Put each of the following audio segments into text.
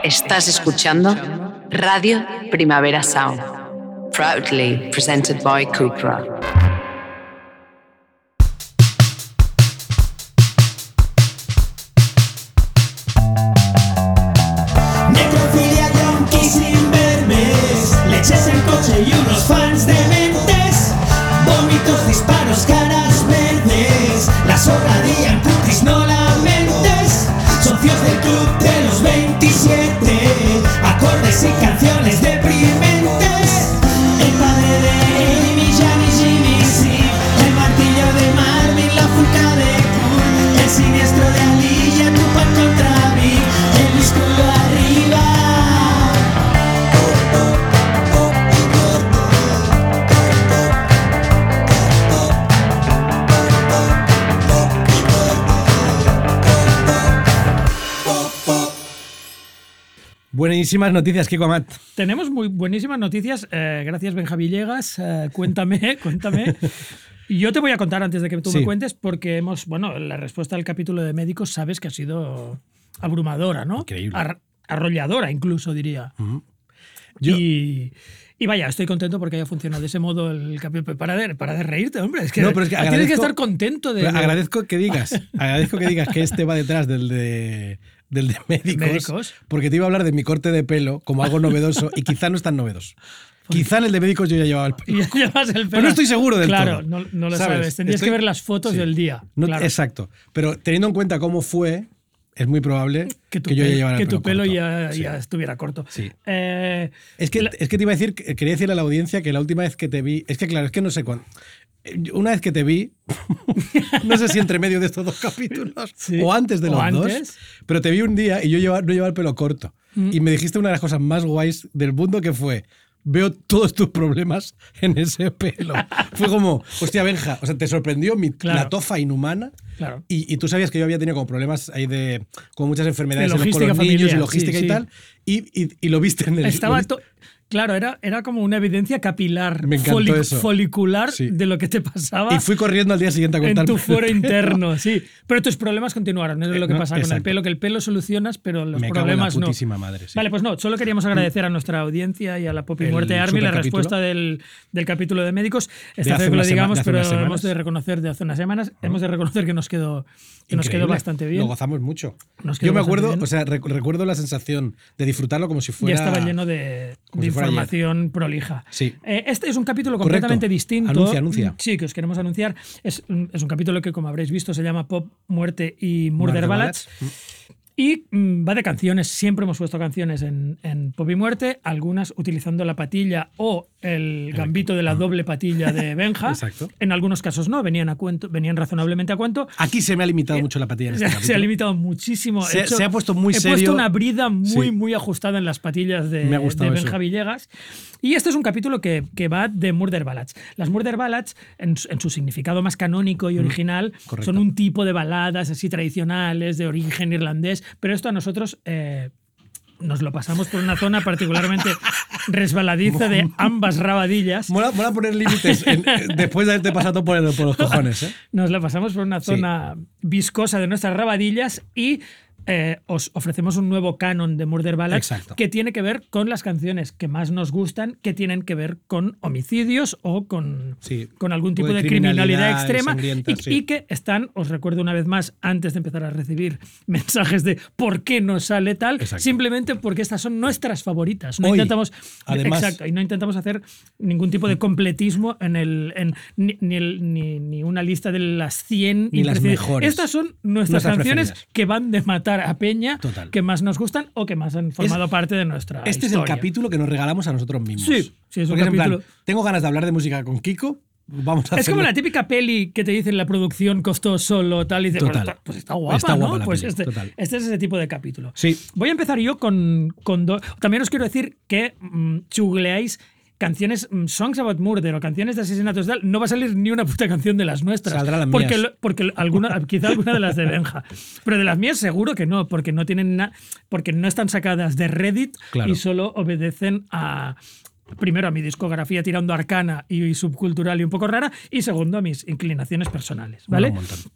Estás escuchando Radio Primavera Sound, proudly presented by Cupra. Necrofilia, yonki sin vermes, leches en coche y unos fans dementes, vómitos, disparos, caras verdes, la zorradilla en putis no la mentes, socios del club de los 27, acordes y canciones deprimentes, el padre de Amy, Jan y Jimmy, sí, el martillo de Marvin, la fuca de Kun, el siniestro de Aliyah, Tupac contra mí, el músculo arriba. Buenísimas noticias, Kiko Amat. Tenemos muy buenísimas noticias. Gracias, Benja Villegas. Cuéntame. Y yo te voy a contar antes de que tú me cuentes, porque la respuesta al capítulo de médicos sabes que ha sido abrumadora, ¿no? Increíble. Arrolladora, incluso, diría. Uh-huh. Y vaya, estoy contento porque haya funcionado de ese modo el capítulo. Para de reírte, hombre. Es que, no, pero es que tienes que estar contento de... Agradezco que digas que este va detrás del de médicos, porque te iba a hablar de mi corte de pelo como algo novedoso y quizá no es tan novedoso. Quizá en el de médicos yo ya llevaba el pelo. Ya llevas el pelo. Pero no estoy seguro del todo. Claro, no lo sabes. Tendrías que ver las fotos del día. Claro. Exacto. Pero teniendo en cuenta cómo fue, es muy probable que yo ya llevara el pelo. Que tu pelo corto. ya estuviera corto. Sí. Es que te iba a decir, quería decirle a la audiencia que la última vez que te vi, es que claro, es que no sé cuándo. Una vez que te vi, no sé si entre medio de estos dos capítulos o antes de los dos, pero te vi un día y yo no llevaba el pelo corto. Y me dijiste una de las cosas más guays del mundo, que fue: veo todos tus problemas en ese pelo. Fue como, hostia, Benja, o sea, te sorprendió la tofa inhumana. Claro. Y tú sabías que yo había tenido como problemas ahí con muchas enfermedades con los familiar, niños y logística y tal. Y lo viste en el... Claro, era como una evidencia capilar, me encantó eso. folicular de lo que te pasaba. Y fui corriendo al día siguiente a contarme. En tu foro interno, sí. Pero tus problemas continuaron, es lo que pasa con el pelo, que el pelo solucionas, pero los problemas no. Putísima madre, sí. Vale, pues no, solo queríamos agradecer a nuestra audiencia y a la Poppy Muerte Army la respuesta del capítulo de médicos. Está feo que lo digamos, pero hemos de reconocer de hace unas semanas, hemos de reconocer que nos quedó bastante bien. Lo gozamos mucho. Yo me acuerdo, o sea, recuerdo la sensación de disfrutarlo como si fuera... Ya estaba lleno de información prolija. Sí. Este es un capítulo completamente distinto. Anuncia. Sí, que os queremos anunciar. Es un capítulo que, como habréis visto, se llama Pop, Muerte y Murder Ballads. Y va de canciones. Siempre hemos puesto canciones en Pop y Muerte, algunas utilizando la patilla o el gambito de la doble patilla de Benja. Exacto. En algunos casos no, venían razonablemente a cuento. Aquí se me ha limitado mucho la patilla en este capítulo. Se ha limitado muchísimo. Se ha puesto muy serio. He puesto una brida muy ajustada en las patillas de Benja Villegas. Y este es un capítulo que va de Murder Ballads. Las Murder Ballads, en su significado más canónico y original, son un tipo de baladas así tradicionales, de origen irlandés, pero esto a nosotros nos lo pasamos por una zona particularmente resbaladiza de ambas rabadillas. Mola poner límites después de haberte pasado por los cojones. Nos la pasamos por una zona viscosa de nuestras rabadillas y os ofrecemos un nuevo canon de Murder Ballads que tiene que ver con las canciones que más nos gustan, que tienen que ver con homicidios o con algún tipo de criminalidad extrema y que están, os recuerdo una vez más, antes de empezar a recibir mensajes de por qué no sale tal, simplemente porque estas son nuestras favoritas. No intentamos, y no intentamos hacer ningún tipo de completismo ni una lista de las 100 ni las mejores. Estas son nuestras canciones preferidas, que van de matar a peña, que más nos gustan o que más han formado parte de nuestra historia. Es el capítulo que nos regalamos a nosotros mismos. Sí, es un capítulo. En plan, tengo ganas de hablar de música con Kiko. Es como la típica peli que te dicen la producción costó solo tal y dices, pues está guapa, ¿no? Pues este es ese tipo de capítulo. Sí. Voy a empezar yo con dos. También os quiero decir que chugleáis canciones, Songs About Murder o canciones de asesinatos, no va a salir ni una puta canción de las nuestras. Saldrá las mías. Porque quizá alguna de las de Benja. Pero de las mías seguro que no, porque no tienen porque no están sacadas de Reddit y solo obedecen primero a mi discografía tirando arcana y subcultural y un poco rara, y segundo a mis inclinaciones personales, ¿vale?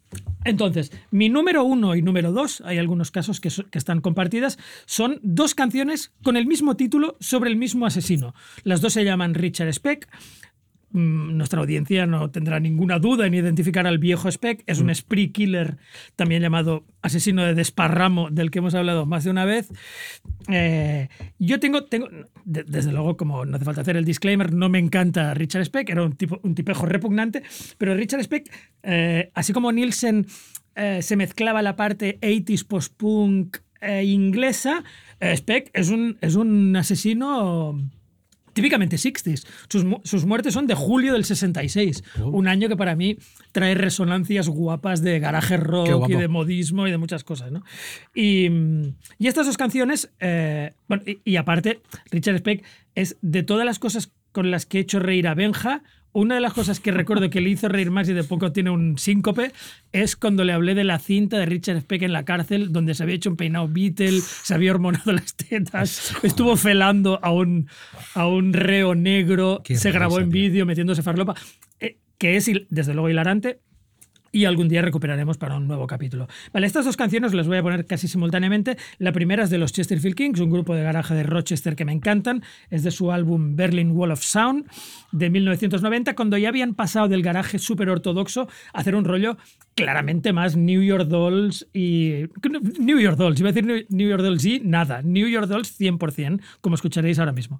Entonces, mi número 1 y número 2, hay algunos casos que están compartidas, son dos canciones con el mismo título sobre el mismo asesino. Las dos se llaman Richard Speck. Nuestra audiencia no tendrá ninguna duda en identificar al viejo Speck. Es un spree killer, también llamado asesino de desparramo, del que hemos hablado más de una vez. Yo tengo desde luego, como no hace falta hacer el disclaimer, no me encanta Richard Speck, era un tipejo repugnante, pero Richard Speck, así como Nielsen se mezclaba la parte 80s post-punk inglesa, Speck es un asesino típicamente 60s. Sus muertes son de julio del 66, un año que para mí trae resonancias guapas de garaje rock y de modismo y de muchas cosas, ¿no? Y estas dos canciones, bueno, y aparte, Richard Speck es de todas las cosas con las que he hecho reír a Benja, una de las cosas que recuerdo que le hizo reír más y de poco tiene un síncope es cuando le hablé de la cinta de Richard Speck en la cárcel, donde se había hecho un peinado Beatle, se había hormonado las tetas, estuvo felando a un reo negro, se grabó en vídeo metiéndose farlopa, que es desde luego hilarante. Y algún día recuperaremos para un nuevo capítulo. Vale, estas dos canciones las voy a poner casi simultáneamente. La primera es de los Chesterfield Kings, un grupo de garaje de Rochester que me encantan. Es de su álbum Berlin Wall of Sound de 1990, cuando ya habían pasado del garaje súper ortodoxo a hacer un rollo claramente más New York Dolls y... New York Dolls, iba a decir New York Dolls y nada. New York Dolls 100%, como escucharéis ahora mismo.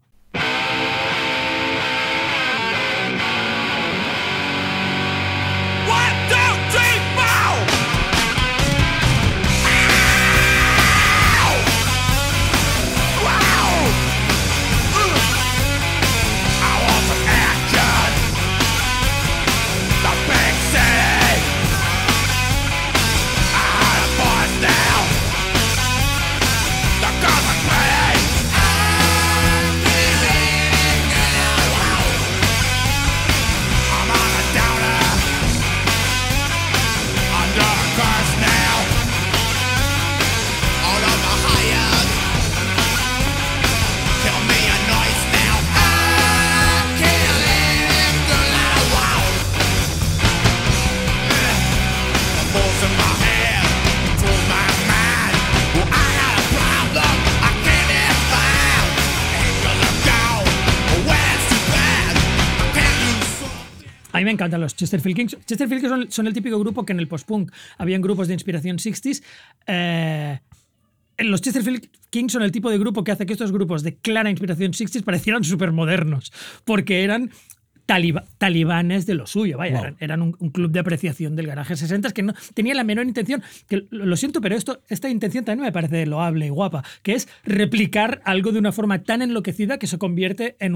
A mí me encantan los Chesterfield Kings. Chesterfield Kings son el típico grupo que en el post-punk habían grupos de inspiración 60s. Los Chesterfield Kings son el tipo de grupo que hace que estos grupos de clara inspiración 60s parecieran súper modernos, porque eran talibanes de lo suyo. Vaya, wow. Eran un club de apreciación del garaje 60 que no tenía la menor intención, que lo siento, pero esta intención también me parece loable y guapa, que es replicar algo de una forma tan enloquecida que se convierte en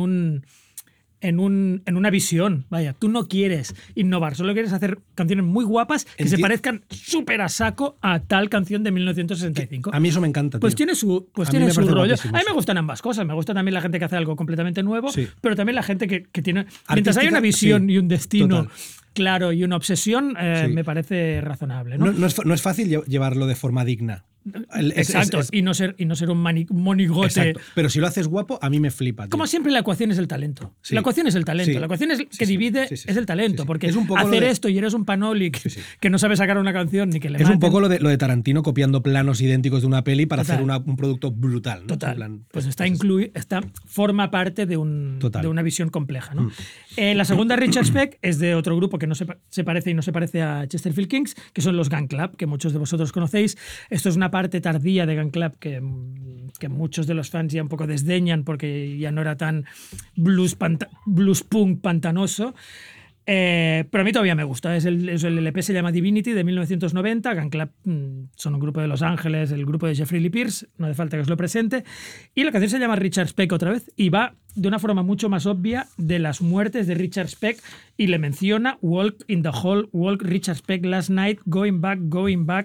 una visión. Vaya, tú no quieres innovar, solo quieres hacer canciones muy guapas que se parezcan súper a saco a tal canción de 1965. A mí eso me encanta, tío. Pues tiene su rollo. A mí me gustan ambas cosas. Me gusta también la gente que hace algo completamente nuevo, sí, pero también la gente que tiene... Mientras hay una visión, sí, y un destino... Total. Claro, y una obsesión, sí, me parece razonable, ¿no? No es fácil llevarlo de forma digna. Exacto, y no ser un monigote. Exacto. Pero si lo haces guapo, a mí me flipa, tío. Como siempre, la ecuación es el talento. Sí. La ecuación es el talento. Sí. La ecuación es que divide, es el talento. Porque es un poco hacer esto y eres un panoli que no sabe sacar una canción ni que le maten. Es un poco lo de Tarantino copiando planos idénticos de una peli para hacer un producto brutal, ¿no? Total. En plan, forma parte de una visión compleja, ¿no? La segunda, Richard Speck, es de otro grupo que no se parece y no se parece a Chesterfield Kings, que son los Gun Club, que muchos de vosotros conocéis. Esto es una parte tardía de Gun Club que muchos de los fans ya un poco desdeñan porque ya no era tan blues punk pantanoso. Pero a mí todavía me gusta. El LP se llama Divinity, de 1990. Gun Club son un grupo de Los Ángeles, el grupo de Jeffrey Lee Pierce, no hace falta que os lo presente. Y la canción se llama Richard Speck otra vez y va de una forma mucho más obvia de las muertes de Richard Speck y le menciona Walk in the Hall, Walk Richard Speck last night, going back to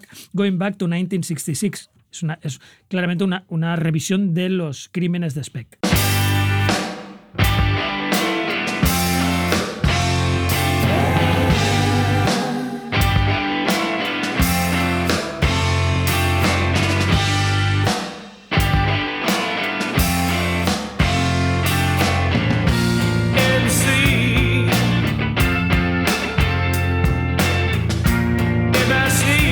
1966. Es claramente una revisión de los crímenes de Speck. I see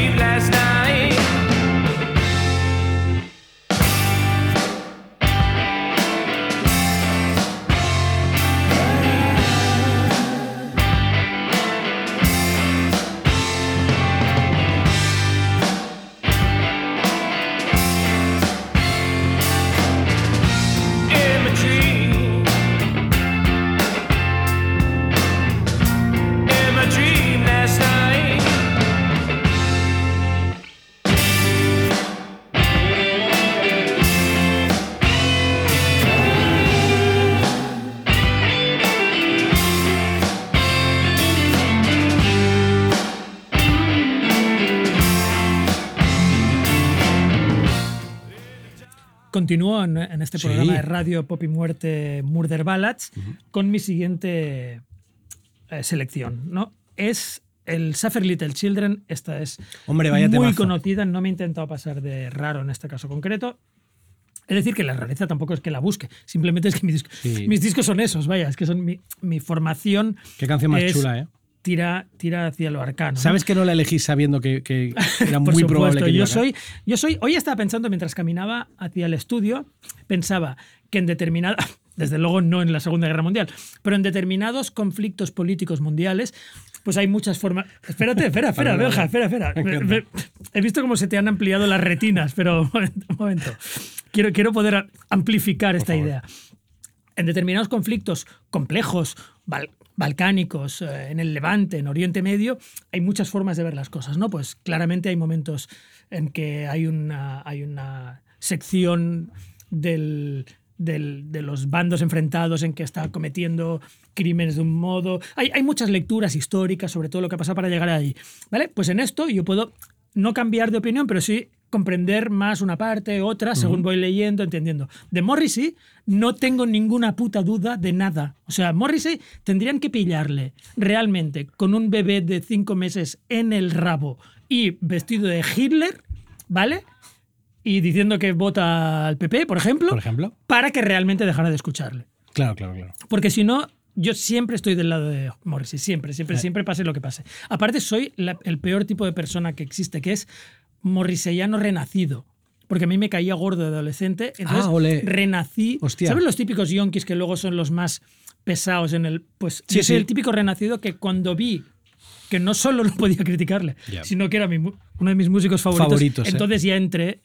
continúo en este programa de radio Pop y Muerte Murder Ballads con mi siguiente selección, ¿no? Es el Suffer Little Children. Esta es muy conocida, no me he intentado pasar de raro en este caso concreto. Es decir, que la rareza tampoco es que la busque, simplemente es que mis discos son esos, vaya, es que son mi formación. Qué canción más chula, ¿eh? Tira hacia lo arcano. ¿Sabes que no la elegí sabiendo que era muy probable que yo soy. Hoy estaba pensando, mientras caminaba hacia el estudio, pensaba que en determinada... Desde luego no en la Segunda Guerra Mundial, pero en determinados conflictos políticos mundiales, pues hay muchas formas... Espera, Belja, espera. He visto cómo se te han ampliado las retinas, pero un momento. Quiero poder amplificar esta idea. En determinados conflictos complejos, balcánicos, en el Levante, en Oriente Medio, hay muchas formas de ver las cosas, ¿no? Pues claramente hay momentos en que hay una sección de los bandos enfrentados en que está cometiendo crímenes de un modo... Hay muchas lecturas históricas sobre todo lo que ha pasado para llegar allí, ¿vale? Pues en esto yo puedo no cambiar de opinión, pero sí comprender más una parte, otra, según voy leyendo, entendiendo. De Morrissey no tengo ninguna puta duda de nada. O sea, Morrissey tendrían que pillarle realmente con un bebé de 5 meses en el rabo y vestido de Hitler, ¿vale? Y diciendo que vota al PP, por ejemplo, para que realmente dejara de escucharle. Claro. Porque si no, yo siempre estoy del lado de Morrissey, siempre pase lo que pase. Aparte, soy el peor tipo de persona que existe, que es morriseyano renacido. Porque a mí me caía gordo de adolescente, entonces renací. Hostia. ¿Sabes los típicos yonkis que luego son los más pesados en el...? Pues yo soy el típico renacido que cuando vi que no solo no podía criticarle, sino que era uno de mis músicos favoritos. Entonces ya entré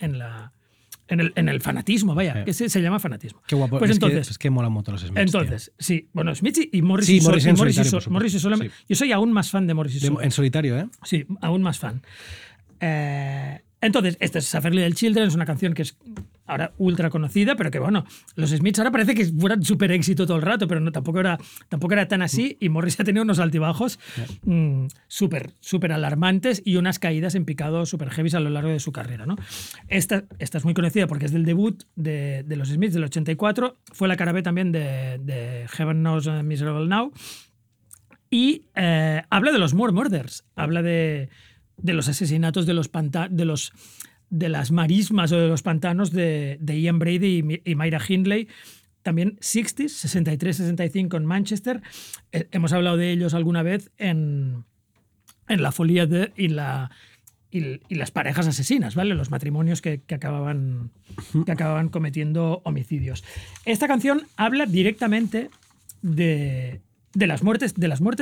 en el fanatismo, vaya, que se llama fanatismo. Qué guapo. Pues entonces, es que mola mucho los Smiths. Entonces, sí. Bueno, Smiths y Morrissey. Morrissey solamente. Yo soy aún más fan de Morrissey solo. En solitario, ¿eh? Sí, aún más fan. Entonces, este es Suffer Little Children, es una canción que es ahora ultra conocida, pero que bueno, los Smiths ahora parece que fueran súper éxito todo el rato, pero no, tampoco era tan así, y Morrissey ha tenido unos altibajos súper alarmantes y unas caídas en picado súper heavy a lo largo de su carrera, ¿no? Esta es muy conocida porque es del debut de los Smiths del 84, fue la cara B también de Heaven Knows Miserable Now, y habla de los Moore Murders, habla de los asesinatos de las marismas o de los pantanos de Ian Brady y Myra Hindley. También 60s, 63-65 en Manchester. Hemos hablado de ellos alguna vez en La Folia y las parejas asesinas, ¿vale? Los matrimonios que acababan cometiendo homicidios. Esta canción habla directamente de las muertes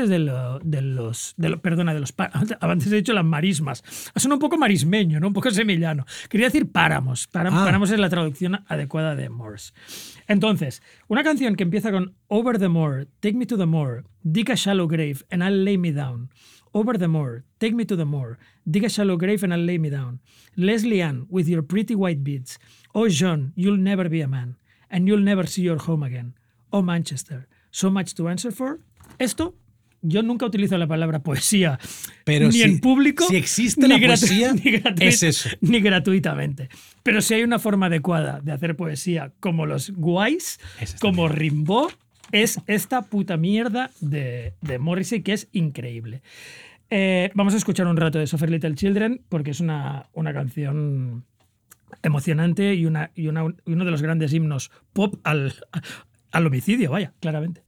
antes he dicho las marismas. Suena un poco marismeño, ¿no? Un poco semillano. Quería decir páramos. Páramos es la traducción adecuada de Morse. Entonces, una canción que empieza con Over the moor, take me to the moor, dig a shallow grave and I'll lay me down. Over the moor, take me to the moor, dig a shallow grave and I'll lay me down. Leslie Ann, with your pretty white beads. Oh, John, you'll never be a man, and you'll never see your home again. Oh, Manchester, so much to answer for. Esto, yo nunca utilizo la palabra poesía, pero ni en público, si existe la poesía, es eso. Ni gratuitamente. Pero si hay una forma adecuada de hacer poesía como los guays, como Rimbaud, es esta puta mierda de Morrissey, que es increíble. Vamos a escuchar un rato de Suffer Little Children, porque es una canción emocionante y uno de los grandes himnos pop al homicidio, vaya, claramente.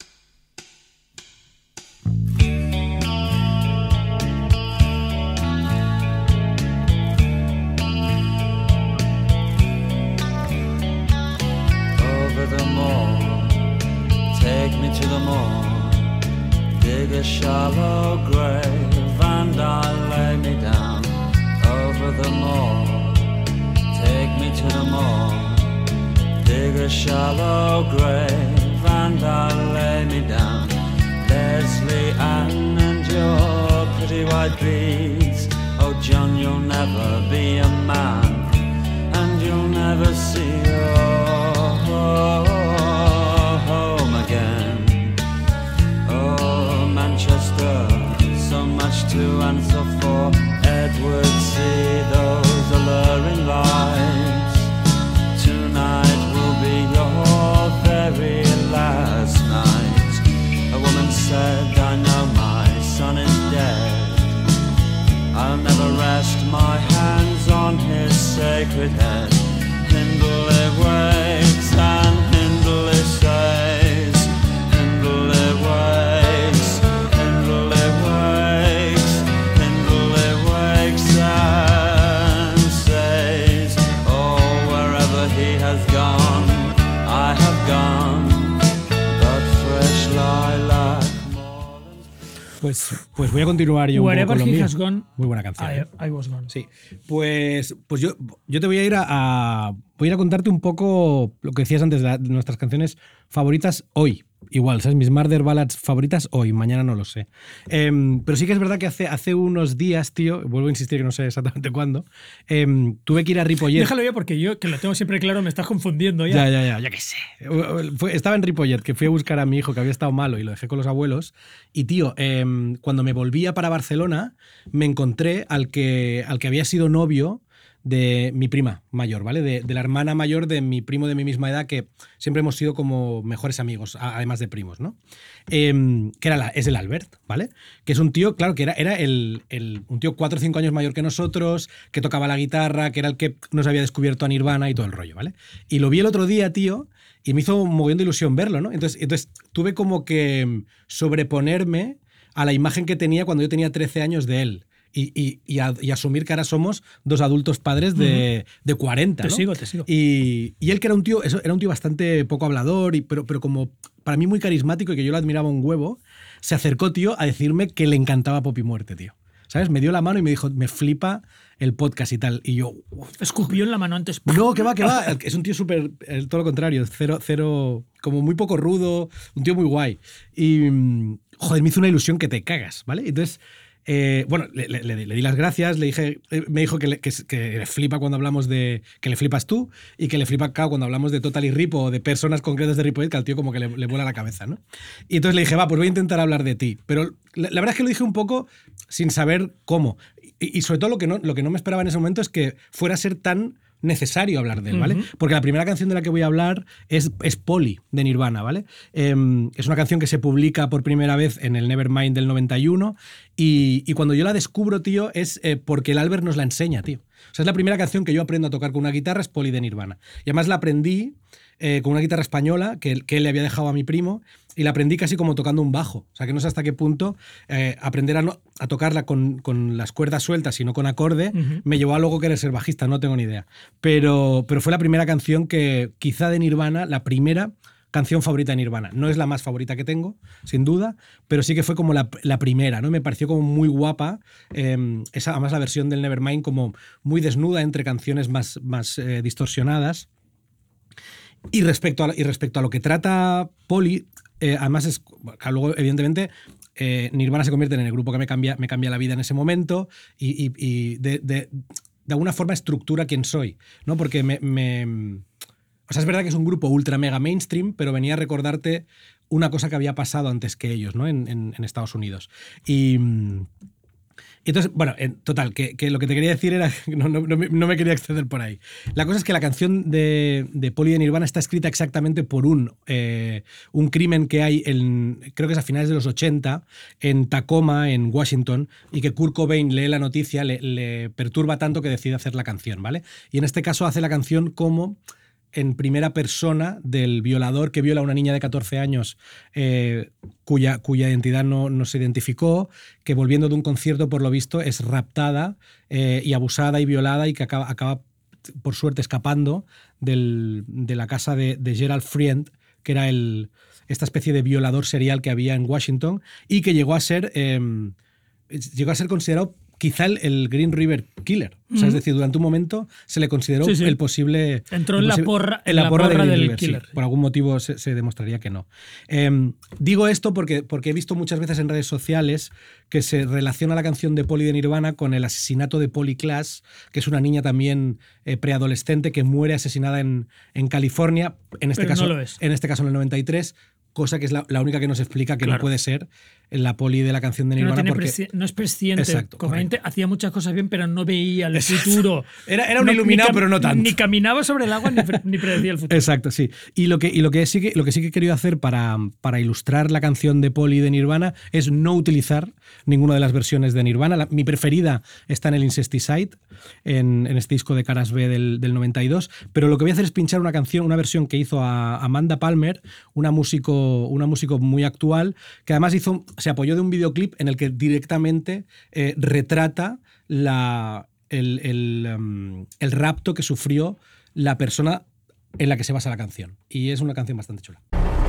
Over the moor, take me to the moor, dig a shallow grave and I'll lay me down. Over the moor, take me to the moor, dig a shallow grave and I'll lay me down. Leslie Ann and your pretty white beads. Oh John, you'll never be a man, and you'll never see your home again. Oh Manchester, so much to answer for. Edward, see those alluring lights tonight. I have gone, but fresh lilac. Pues voy a continuar yo un poco con lo mío. Has gone, muy buena canción. I was gone. Sí, pues yo te voy a ir a contarte un poco lo que decías antes de nuestras canciones favoritas hoy. Igual, ¿sabes? Mis Murder Ballads favoritas hoy, mañana no lo sé. Pero sí que es verdad que hace unos días, tío, vuelvo a insistir que no sé exactamente cuándo, tuve que ir a Ripollet. Déjalo ya porque yo, que lo tengo siempre claro, me estás confundiendo ya. Ya que sé. Estaba en Ripollet, que fui a buscar a mi hijo que había estado malo y lo dejé con los abuelos. Y, tío, cuando me volvía para Barcelona, me encontré al que había sido novio de mi prima mayor, ¿vale? De la hermana mayor de mi primo de mi misma edad, que siempre hemos sido como mejores amigos, además de primos, ¿no? Es el Albert, ¿vale? Que es un tío, claro, que era un tío 4 o 5 años mayor que nosotros, que tocaba la guitarra, que era el que nos había descubierto a Nirvana y todo el rollo, ¿vale? Y lo vi el otro día, tío, y me hizo un mogollón de ilusión verlo, ¿no? Entonces tuve como que sobreponerme a la imagen que tenía cuando yo tenía 13 años de él. Y asumir que ahora somos dos adultos padres de 40, ¿no? Te sigo. Y él, que era un tío bastante poco hablador, pero como para mí muy carismático y que yo lo admiraba un huevo, se acercó, tío, a decirme que le encantaba Pop y Muerte, tío. ¿Sabes? Me dio la mano y me dijo, me flipa el podcast y tal. Y yo... Escupió en la mano antes. No, que va. Es un tío súper... Todo lo contrario. Cero... Como muy poco rudo. Un tío muy guay. Y... Joder, me hizo una ilusión que te cagas, ¿vale? Entonces... bueno, le di las gracias, me dijo que le flipa cuando hablamos de... que le flipas tú y que le flipa cuando hablamos de Totally Ripo o de personas concretas de Ripollet, que al tío como que le vuela la cabeza, ¿no? Y entonces le dije, pues voy a intentar hablar de ti. Pero la verdad es que lo dije un poco sin saber cómo. Y sobre todo lo que no me esperaba en ese momento es que fuera a ser tan necesario hablar de él, ¿vale? Porque la primera canción de la que voy a hablar es Polly, de Nirvana, ¿vale? Es una canción que se publica por primera vez en el Nevermind del 91 y cuando yo la descubro, tío, es porque el Albert nos la enseña, tío. O sea, es la primera canción que yo aprendo a tocar con una guitarra, es Polly de Nirvana. Y además la aprendí con una guitarra española que él le había dejado a mi primo y la aprendí casi como tocando un bajo. O sea, que no sé hasta qué punto aprender a tocarla con las cuerdas sueltas y no con acorde me llevó a luego querer ser bajista, no tengo ni idea. Pero fue la primera canción que, quizá de Nirvana, la primera canción favorita de Nirvana. No es la más favorita que tengo, sin duda, pero sí que fue como la primera, ¿no? Me pareció como muy guapa. Además, la versión del Nevermind como muy desnuda entre canciones más distorsionadas. Y respecto a lo que trata Polly, además es luego, evidentemente, Nirvana se convierte en el grupo que me cambia la vida en ese momento y de alguna forma estructura quién soy, ¿no? Porque o sea, es verdad que es un grupo ultra mega mainstream, pero venía a recordarte una cosa que había pasado antes que ellos, ¿no? en Estados Unidos. Y entonces, bueno, total, que lo que te quería decir era... No me quería exceder por ahí. La cosa es que la canción de Polly de Nirvana está escrita exactamente por un crimen que hay, creo que es a finales de los 80, en Tacoma, en Washington, y que Kurt Cobain lee la noticia, le perturba tanto que decide hacer la canción, ¿vale? Y en este caso hace la canción como... en primera persona del violador que viola a una niña de 14 años cuya identidad no se identificó, que volviendo de un concierto, por lo visto, es raptada y abusada y violada y que acaba por suerte, escapando de la casa de Gerald Friend, que era esta especie de violador serial que había en Washington y que llegó a ser considerado quizá el Green River Killer. O sea, es decir, durante un momento se le consideró el posible... Entró en la porra de Green del River, Killer. Sí. Por algún motivo se demostraría que no. Digo esto porque he visto muchas veces en redes sociales que se relaciona la canción de Polly de Nirvana con el asesinato de Polly Klaas, que es una niña también preadolescente que muere asesinada en California, en este caso en el 93, cosa que es la única que nos explica que no puede ser la Polly de la canción de Nirvana. No es presciente. Exacto, hacía muchas cosas bien, pero no veía el futuro. Era un iluminado, pero no tanto. Ni caminaba sobre el agua ni predecía el futuro. Exacto, sí. Y lo que sí que he querido hacer para ilustrar la canción de Polly de Nirvana es no utilizar ninguna de las versiones de Nirvana. Mi preferida está en el Incesticide, en este disco de Caras B del 92, pero lo que voy a hacer es pinchar una versión que hizo a Amanda Palmer, una músico muy actual, que además se apoyó de un videoclip en el que directamente retrata el rapto que sufrió la persona en la que se basa la canción. Y es una canción bastante chula.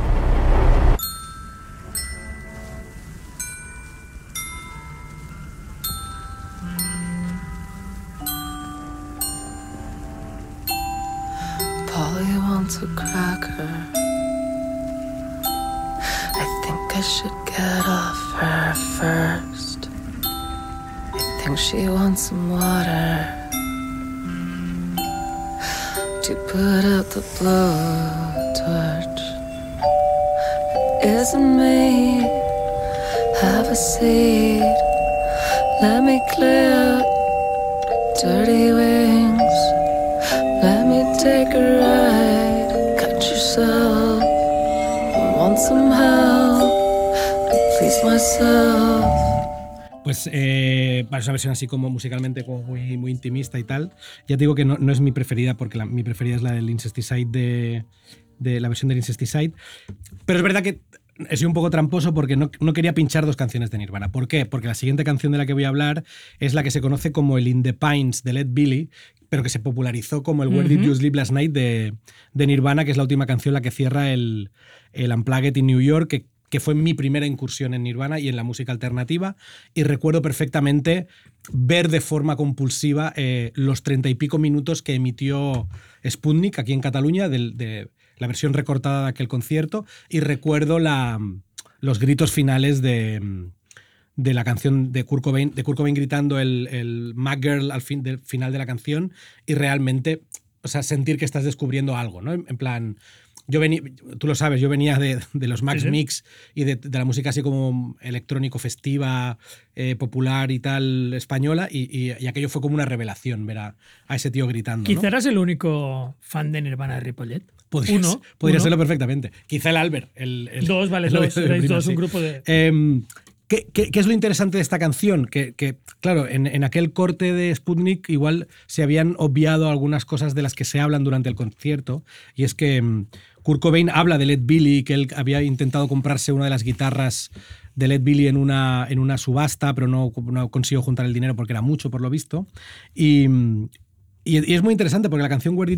Polly wants a cracker. I think I should get off her first. I think she wants some water to put out the blowtorch. Isn't me? Have a seat. Let me clear dirty wings. Let me take a ride. Cut yourself. Want some help. Please myself. Pues para esa versión así como musicalmente como muy intimista y tal. Ya te digo que no es mi preferida, porque mi preferida es la del Incesticide de la versión del Incesticide. Pero es verdad que he sido un poco tramposo porque no quería pinchar dos canciones de Nirvana. ¿Por qué? Porque la siguiente canción de la que voy a hablar es la que se conoce como el In the Pines de Led Billy, pero que se popularizó como el Where Did You Sleep Last Night de Nirvana, que es la última canción la que cierra el Unplugged in New York, que fue mi primera incursión en Nirvana y en la música alternativa. Y recuerdo perfectamente ver de forma compulsiva los 30 y pico minutos que emitió Sputnik aquí en Cataluña de la versión recortada de aquel concierto, y recuerdo los gritos finales de la canción de Kurt Cobain gritando el McGirl al final de la canción, y realmente, o sea, sentir que estás descubriendo algo, ¿no? En plan, tú lo sabes, yo venía de los Max Mix y de la música así como electrónico, festiva, popular y tal, española, y aquello fue como una revelación ver a ese tío gritando, Quizá ¿no? eras el único fan de Nirvana de Ripollet. Podría serlo perfectamente. Quizá el Albert. Dos, vale, erais dos, un grupo de... ¿Qué es lo interesante de esta canción? Que claro, en aquel corte de Sputnik igual se habían obviado algunas cosas de las que se hablan durante el concierto, y es que Kurt Cobain habla de Led Billy, que él había intentado comprarse una de las guitarras de Led Billy en una subasta, pero no consiguió juntar el dinero porque era mucho, por lo visto. Y es muy interesante porque la canción Where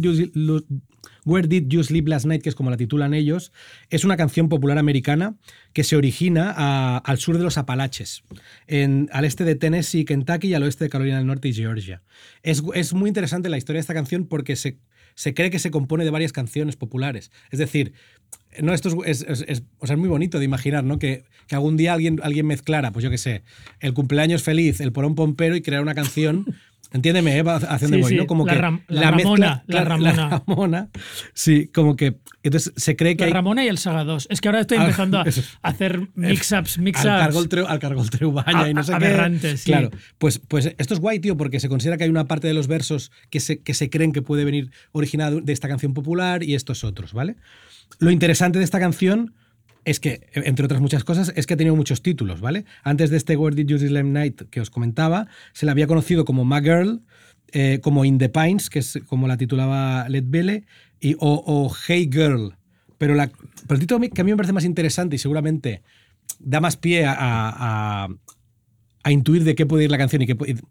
Did You Sleep Last Night, que es como la titulan ellos, es una canción popular americana que se origina al sur de los Apalaches, al este de Tennessee, Kentucky, y al oeste de Carolina del Norte y Georgia. Es muy interesante la historia de esta canción porque se cree que se compone de varias canciones populares. Es decir, no, esto es muy bonito de imaginar, ¿no? Que algún día alguien mezclara, pues yo qué sé, el cumpleaños feliz, el porón pompero, y crear una canción. Entiéndeme, hacia dónde voy, ¿no? Como la que Ramona. La Ramona. Sí, como que entonces se cree que la Ramona y el Saga 2. Es que ahora estoy empezando a hacer mix-ups. Al Cargol Baña y no sé aberrantes, qué. sí. Claro, pues esto es guay, tío, porque se considera que hay una parte de los versos que se creen que puede venir originada de esta canción popular y estos otros, ¿vale? Lo interesante de esta canción es que, entre otras muchas cosas, es que ha tenido muchos títulos, ¿vale? Antes de este Where Did You Sleep Last Night que os comentaba, se la había conocido como My Girl, como In the Pines, que es como la titulaba Led Billy, o Hey Girl. Pero el título que a mí me parece más interesante y seguramente da más pie a intuir de qué puede ir la canción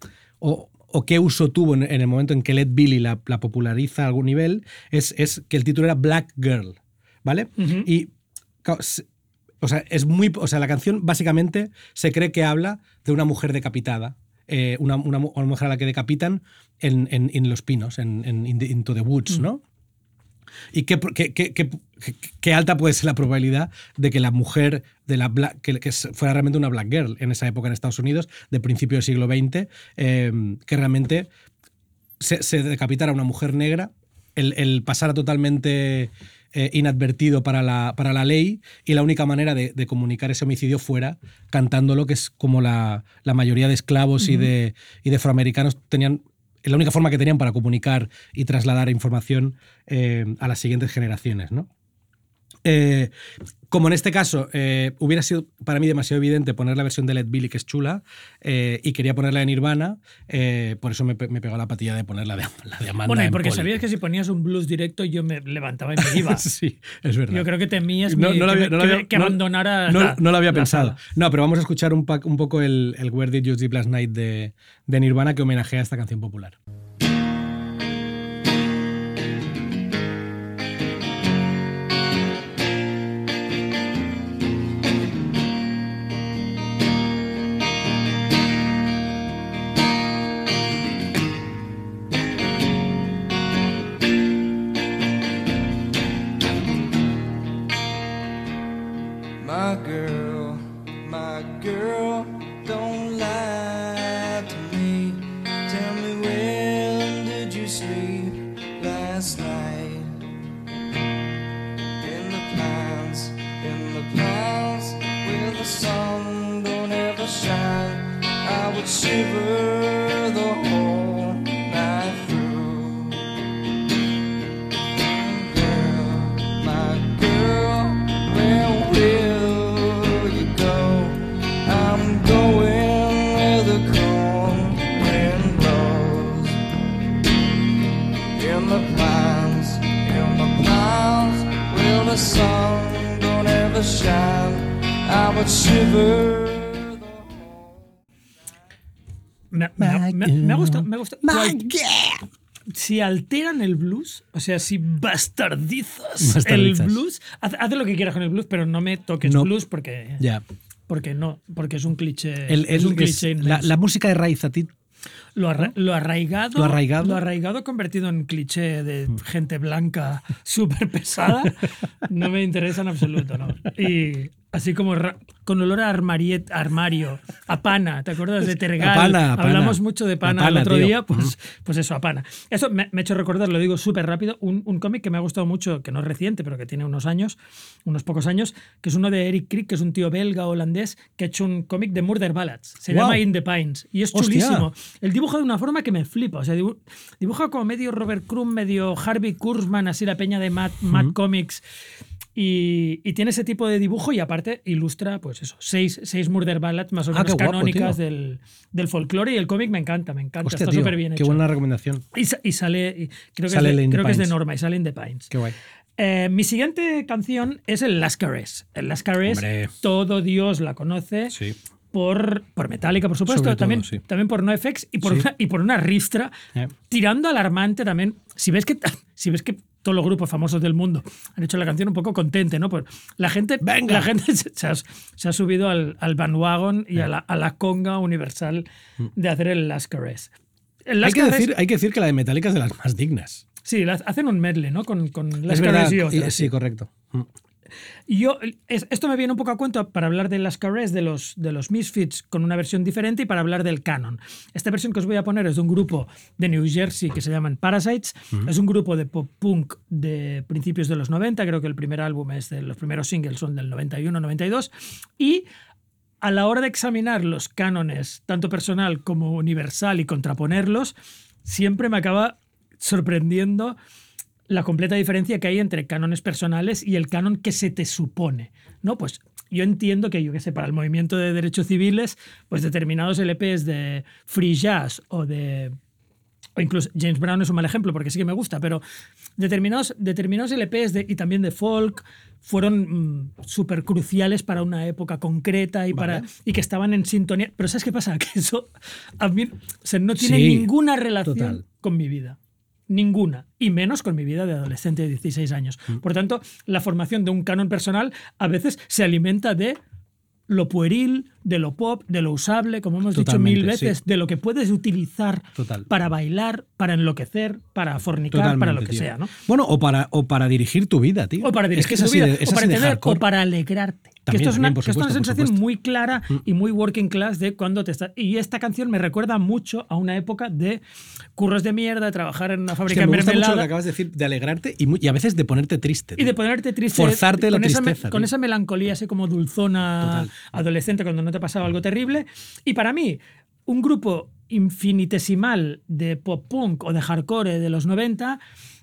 o qué uso tuvo en el momento en que Led Billy la populariza a algún nivel, es que el título era Black Girl, ¿vale? Uh-huh. Y la canción básicamente se cree que habla de una mujer decapitada, una mujer a la que decapitan en los pinos, Into the Woods, ¿no? Y qué alta puede ser la probabilidad de que la mujer que fuera realmente una black girl en esa época en Estados Unidos, de principio del siglo XX, que realmente se decapitara a una mujer negra, el pasara totalmente inadvertido para la ley, y la única manera de comunicar ese homicidio fuera cantándolo, que es como la mayoría de esclavos y de afroamericanos tenían. La única forma que tenían para comunicar y trasladar información a las siguientes generaciones, ¿no? Como en este caso hubiera sido para mí demasiado evidente poner la versión de Led Billy, que es chula, y quería ponerla de Nirvana, por eso me pegó la patilla de poner la de Amanda. Bueno, y porque sabías que si ponías un blues directo yo me levantaba y me iba. Sí, es verdad. Yo creo que temías que abandonara. No lo había pensado. No, pero vamos a escuchar un poco el Where Did You Sleep Last Night de Nirvana, que homenajea a esta canción popular. would shiver the whole night through. Girl, my girl, where will you go? I'm going where the cold wind blows. In the pines, where the sun don't ever shine, I would shiver. Me ha gustado. Si alteran el blues, o sea, si bastardizas el blues, haz lo que quieras con el blues, pero no me toques blues porque es un cliché. La música de raíz a ti. Lo arraigado convertido en cliché de gente blanca súper pesada, no me interesa en absoluto, ¿no? Y así como con olor a armario, a pana, ¿te acuerdas de Tergal? Pana. Hablamos mucho de pana el otro día, pues eso, a pana. Eso me ha hecho recordar, lo digo súper rápido, un cómic que me ha gustado mucho, que no es reciente, pero que tiene unos pocos años, que es uno de Eric Crick, que es un tío belga holandés, que ha hecho un cómic de Murder Ballads. Se llama In the Pines. Y es chulísimo. El dibuja de una forma que me flipa. O sea, dibuja como medio Robert Crumb, medio Harvey Kurtzman, así la peña de Mad Comics. Y tiene ese tipo de dibujo y aparte ilustra, pues eso, seis Murder Ballads más o menos canónicas del folclore, y el cómic me encanta. Hostia, está súper bien hecho. Qué buena recomendación. Y sale, creo que es de Norma, y sale In the Pines. Qué guay. Mi siguiente canción es el Last Caress. El Last Caress, todo Dios la conoce. Sí. Por Metallica, por supuesto, también por NoFX y por una ristra tirando alarmante también. Si ves que todos los grupos famosos del mundo han hecho la canción un poco contente, ¿no? Pues la gente se ha subido al bandwagon y a la conga universal de hacer el Last Caress. Hay que decir que la de Metallica es de las más dignas. Sí, hacen un medley, ¿no? Con Last Caress y otras. Sí, correcto. Esto me viene un poco a cuento para hablar de Last Caress, de los Misfits con una versión diferente, y para hablar del canon. Esta versión que os voy a poner es de un grupo de New Jersey que se llaman Parasites. Es un grupo de pop punk de principios de los 90, creo que el primer álbum los primeros singles son del 91-92, y a la hora de examinar los cánones, tanto personal como universal, y contraponerlos, siempre me acaba sorprendiendo la completa diferencia que hay entre cánones personales y el canon que se te supone, ¿no? Pues yo entiendo que, para el movimiento de derechos civiles, pues determinados LPs de free jazz o incluso James Brown es un mal ejemplo porque sí que me gusta, pero determinados LPs y también de folk fueron súper cruciales para una época concreta y que estaban en sintonía. Pero ¿sabes qué pasa? Que eso a mí no tiene ninguna relación con mi vida. Ninguna, y menos con mi vida de adolescente de 16 años. Por tanto, la formación de un canon personal a veces se alimenta de lo pueril, de lo pop, de lo usable, como hemos dicho mil veces, de lo que puedes utilizar para bailar, para enloquecer, para fornicar, para lo que sea, ¿no? Bueno, o para dirigir tu vida, tío. O para dirigir tu vida, o para entender, o para alegrarte. También, esto es una sensación muy clara y muy working class de cuando te estás... Y esta canción me recuerda mucho a una época de curros de mierda, de trabajar en una fábrica de mermelada. Me gusta mucho lo que acabas de decir, de alegrarte y a veces de ponerte triste. Tío. Y de ponerte triste. Forzarte la tristeza. Con esa melancolía así como dulzona adolescente cuando no te ha pasado algo terrible. Y para mí, un grupo infinitesimal de pop punk o de hardcore de los 90...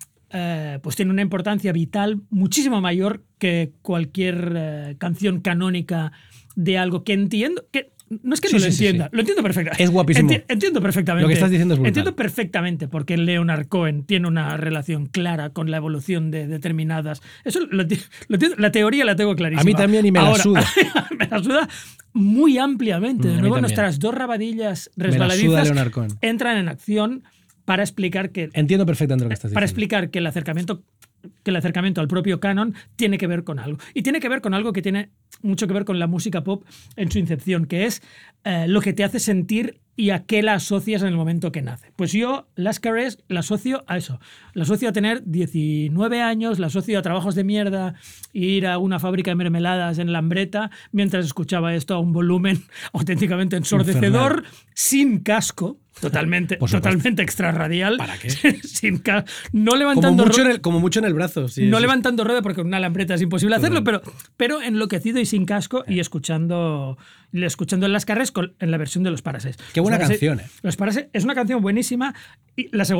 pues tiene una importancia vital muchísimo mayor que cualquier canción canónica de algo que entiendo, que no es que no lo entienda, lo entiendo perfectamente. Es guapísimo. Entiendo perfectamente. Lo que estás diciendo es brutal. Entiendo perfectamente porque Leonard Cohen tiene una relación clara con la evolución de determinadas... Eso lo entiendo, la teoría la tengo clarísima. A mí también y me la suda. Me la suda muy ampliamente. De nuevo, nuestras dos rabadillas resbaladizas entran en acción para explicar que... Entiendo perfectamente lo que estás diciendo. Para explicar que el acercamiento al propio canon tiene que ver con algo. Y tiene que ver con algo que tiene mucho que ver con la música pop en su incepción, que es lo que te hace sentir y a qué la asocias en el momento que nace. Pues yo, Last Caress, la asocio a eso. La asocio a tener 19 años, la asocio a trabajos de mierda, ir a una fábrica de mermeladas en Lambreta mientras escuchaba esto a un volumen auténticamente ensordecedor, sin casco, totalmente extrarradial. ¿Para qué? Sin no levantando como mucho en el brazo. Sí, no levantando rueda porque con una lambreta es imposible hacerlo, pero enloquecido y sin casco y escuchando en Las Carres en la versión de los Parasites. buena canción, ¿eh? Los Parasites es una canción buenísima. Y la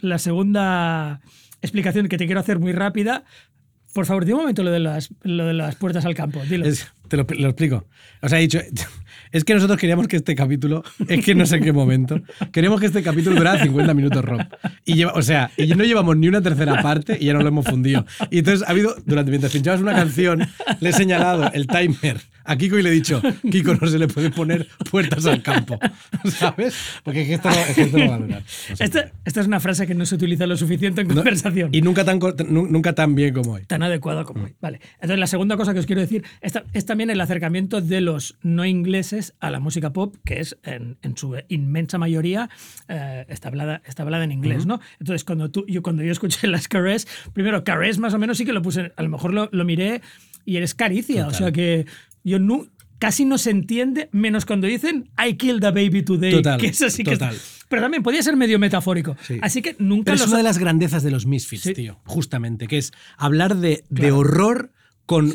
segunda explicación que te quiero hacer muy rápida. Por favor, di un momento lo de las puertas al campo. Dilo. Te lo explico. Os he dicho, es que nosotros queríamos que este capítulo, es que no sé en qué momento, queríamos que este capítulo durara 50 minutos, Rob. Y no llevamos ni una tercera parte y ya nos lo hemos fundido. Y entonces ha habido, mientras pinchabas una canción, le he señalado el timer a Kiko y le he dicho, Kiko, no se le puede poner puertas al campo. ¿Sabes? Porque es que esto no va a durar. Esta es una frase que no se utiliza lo suficiente en conversación. Y nunca tan bien como hoy. Tan adecuada como hoy. Vale. Entonces, la segunda cosa que os quiero decir es también el acercamiento de los no ingleses a la música pop, que es en su inmensa mayoría está hablada en inglés, ¿no? Entonces, cuando yo escuché las Caress, primero, Caress más o menos sí que lo puse, a lo mejor lo miré y eres caricia. Total. O sea que yo casi no se entiende, menos cuando dicen I killed a baby today. Total, que es así total. Pero también podía ser medio metafórico. Sí. Así que nunca es una de las grandezas de los Misfits, sí, tío, justamente, que es hablar de horror con...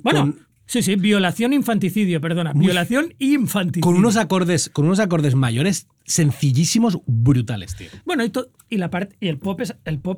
Sí, violación infanticidio, perdona. Violación y infanticidio. Con unos acordes mayores sencillísimos, brutales, tío. Bueno, y el pop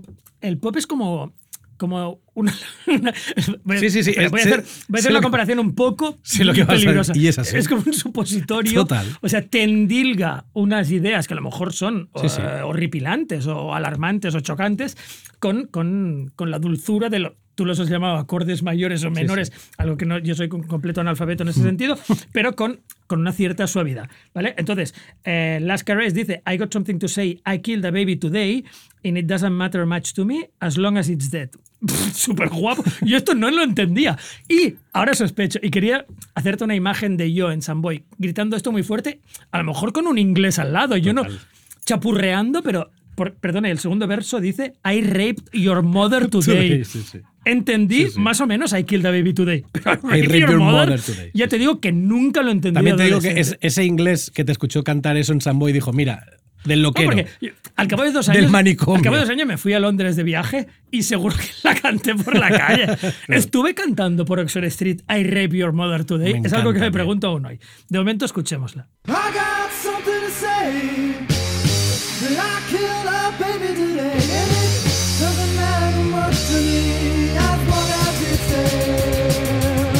es como una voy a hacer una comparación un poco peligrosa. Y es así. Es como un supositorio. Total. O sea, te endilga unas ideas que a lo mejor son horripilantes o alarmantes o chocantes con la dulzura de tú los has llamado acordes mayores o menores, algo que yo soy completo analfabeto en ese sentido, pero con una cierta suavidad, ¿vale? Entonces, Las Caress dice, I got something to say, I killed a baby today, and it doesn't matter much to me as long as it's dead. Súper guapo. Yo esto no lo entendía. Y ahora sospecho, y quería hacerte una imagen de yo en Samboy, gritando esto muy fuerte, a lo mejor con un inglés al lado, yo no chapurreando, pero... Perdona, el segundo verso dice I raped your mother today. Sí. Entendí más o menos I killed a baby today. Pero I raped your mother today. Ya te digo que nunca lo entendí. También te digo que ese inglés que te escuchó cantar eso en Samboy dijo, mira, del loquero. No, porque al cabo de 2 años, del manicomio. Al cabo de 2 años me fui a Londres de viaje y seguro que la canté por la calle. Estuve cantando por Oxford Street I raped your mother today. Es algo que me pregunto aún hoy. De momento escuchémosla. I got something to say. I killed a baby today, and it doesn't matter much to me as long as it's there.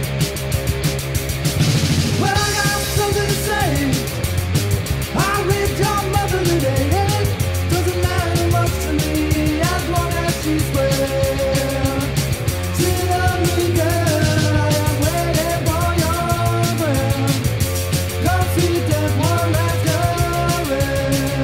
Well, I got something to say. I raped your mother today, and it doesn't matter much to me as long as she's well. Tell me, girl, I am waiting for your breath. Come see that one last caress.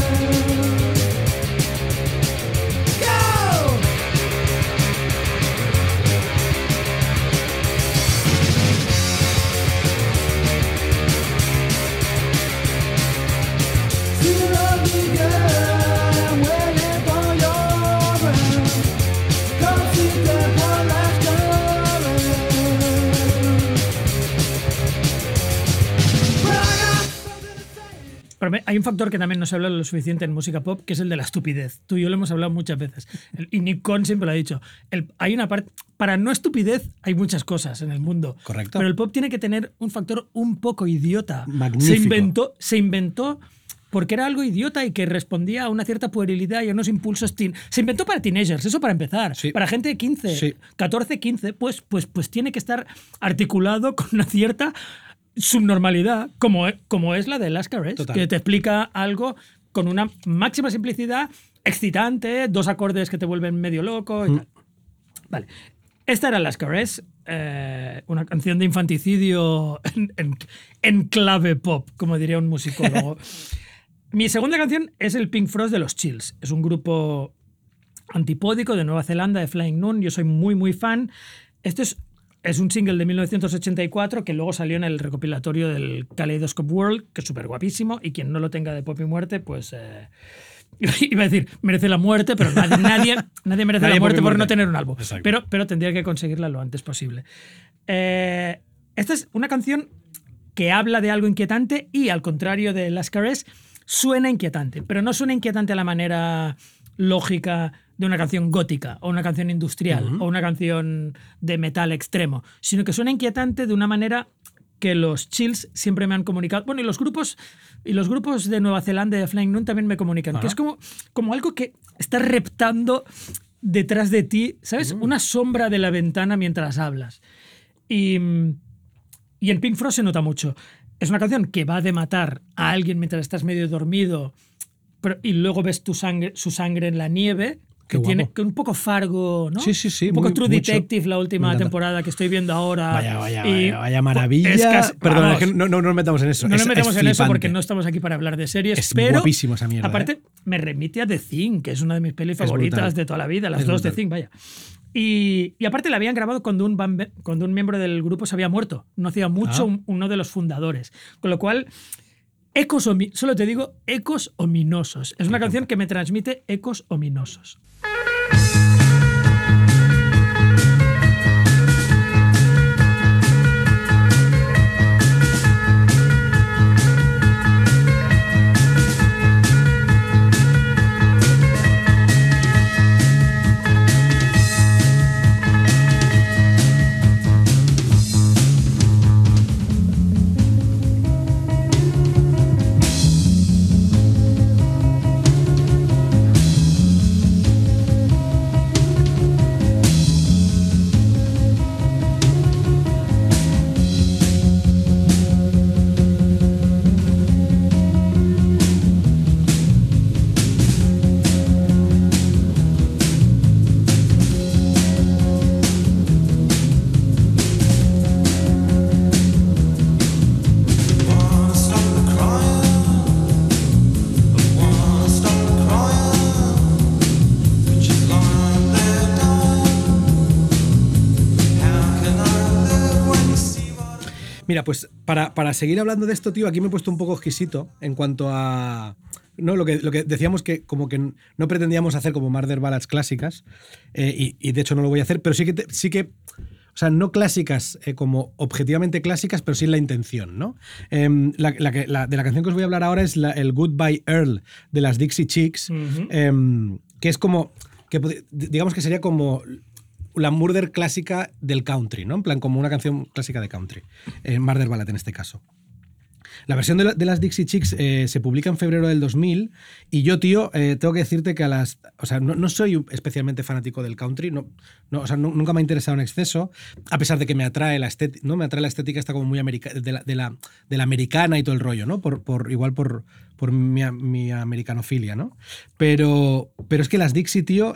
Hay un factor que también no se habla lo suficiente en música pop, que es el de la estupidez. Tú y yo lo hemos hablado muchas veces. Y Nick Cohn siempre lo ha dicho. Hay una parte... Para no estupidez hay muchas cosas en el mundo. Correcto. Pero el pop tiene que tener un factor un poco idiota. Magnífico. Se inventó porque era algo idiota y que respondía a una cierta puerilidad y a unos impulsos se inventó para teenagers, eso para empezar. Sí. Para gente de 15, Sí. 14, 15, pues tiene que estar articulado con una cierta subnormalidad, como es la de Las Caress, que te explica algo con una máxima simplicidad, excitante, 2 acordes que te vuelven medio loco y tal. Vale. Esta era Las Caress, una canción de infanticidio en clave pop, como diría un musicólogo. Mi segunda canción es el Pink Frost de los Chills. Es un grupo antipódico de Nueva Zelanda, de Flying Nun. Yo soy muy, muy fan. Esto es un single de 1984 que luego salió en el recopilatorio del Kaleidoscope World, que es súper guapísimo, y quien no lo tenga de Pop y Muerte, pues... iba a decir, merece la muerte, pero nadie merece la muerte por no tener un álbum. Pero tendría que conseguirla lo antes posible. Esta es una canción que habla de algo inquietante y, al contrario de Las Caress, suena inquietante, pero no suena inquietante a la manera lógica de una canción gótica o una canción industrial o una canción de metal extremo, sino que suena inquietante de una manera que los Chills siempre me han comunicado. Bueno, y los grupos de Nueva Zelanda y de Flying Nun también me comunican, que es como algo que está reptando detrás de ti, ¿sabes? Una sombra de la ventana mientras hablas. Y en Pink Frost se nota mucho. Es una canción que va de matar a alguien mientras estás medio dormido y luego ves su sangre en la nieve. Que tiene un poco Fargo, ¿no? Sí. Un poco True mucho. Detective, la última temporada que estoy viendo ahora. Vaya maravilla. Perdón, es que no nos metamos en eso. No nos metamos en eso porque no estamos aquí para hablar de series. Es pero guapísimo esa mierda. Aparte, me remite a The Thing, que es una de mis pelis favoritas de toda la vida. Las dos The Thing, vaya. Y aparte la habían grabado cuando un miembro del grupo se había muerto. No hacía mucho uno de los fundadores. Con lo cual... solo te digo, ecos ominosos. Es una canción que me transmite ecos ominosos. Mira, pues para seguir hablando de esto, tío, aquí me he puesto un poco exquisito en cuanto a... No, lo que decíamos que como que no pretendíamos hacer como Murder Ballads clásicas, y de hecho no lo voy a hacer, pero sí que o sea, no clásicas como objetivamente clásicas, pero sí en la intención, ¿no? De la canción que os voy a hablar ahora es el Goodbye Earl de las Dixie Chicks, que es como... que digamos que sería como... la murder clásica del country, ¿no? En plan, como una canción clásica de country. Murder Ballad en este caso. La versión de las Dixie Chicks se publica en febrero del 2000 y yo, tío, tengo que decirte que o sea, no soy especialmente fanático del country, o sea, nunca me ha interesado en exceso, a pesar de que me atrae la estética, ¿no? Me atrae la estética esta como muy de la americana y todo el rollo, ¿no? Igual por mi americanofilia, ¿no? Pero es que las Dixie, tío...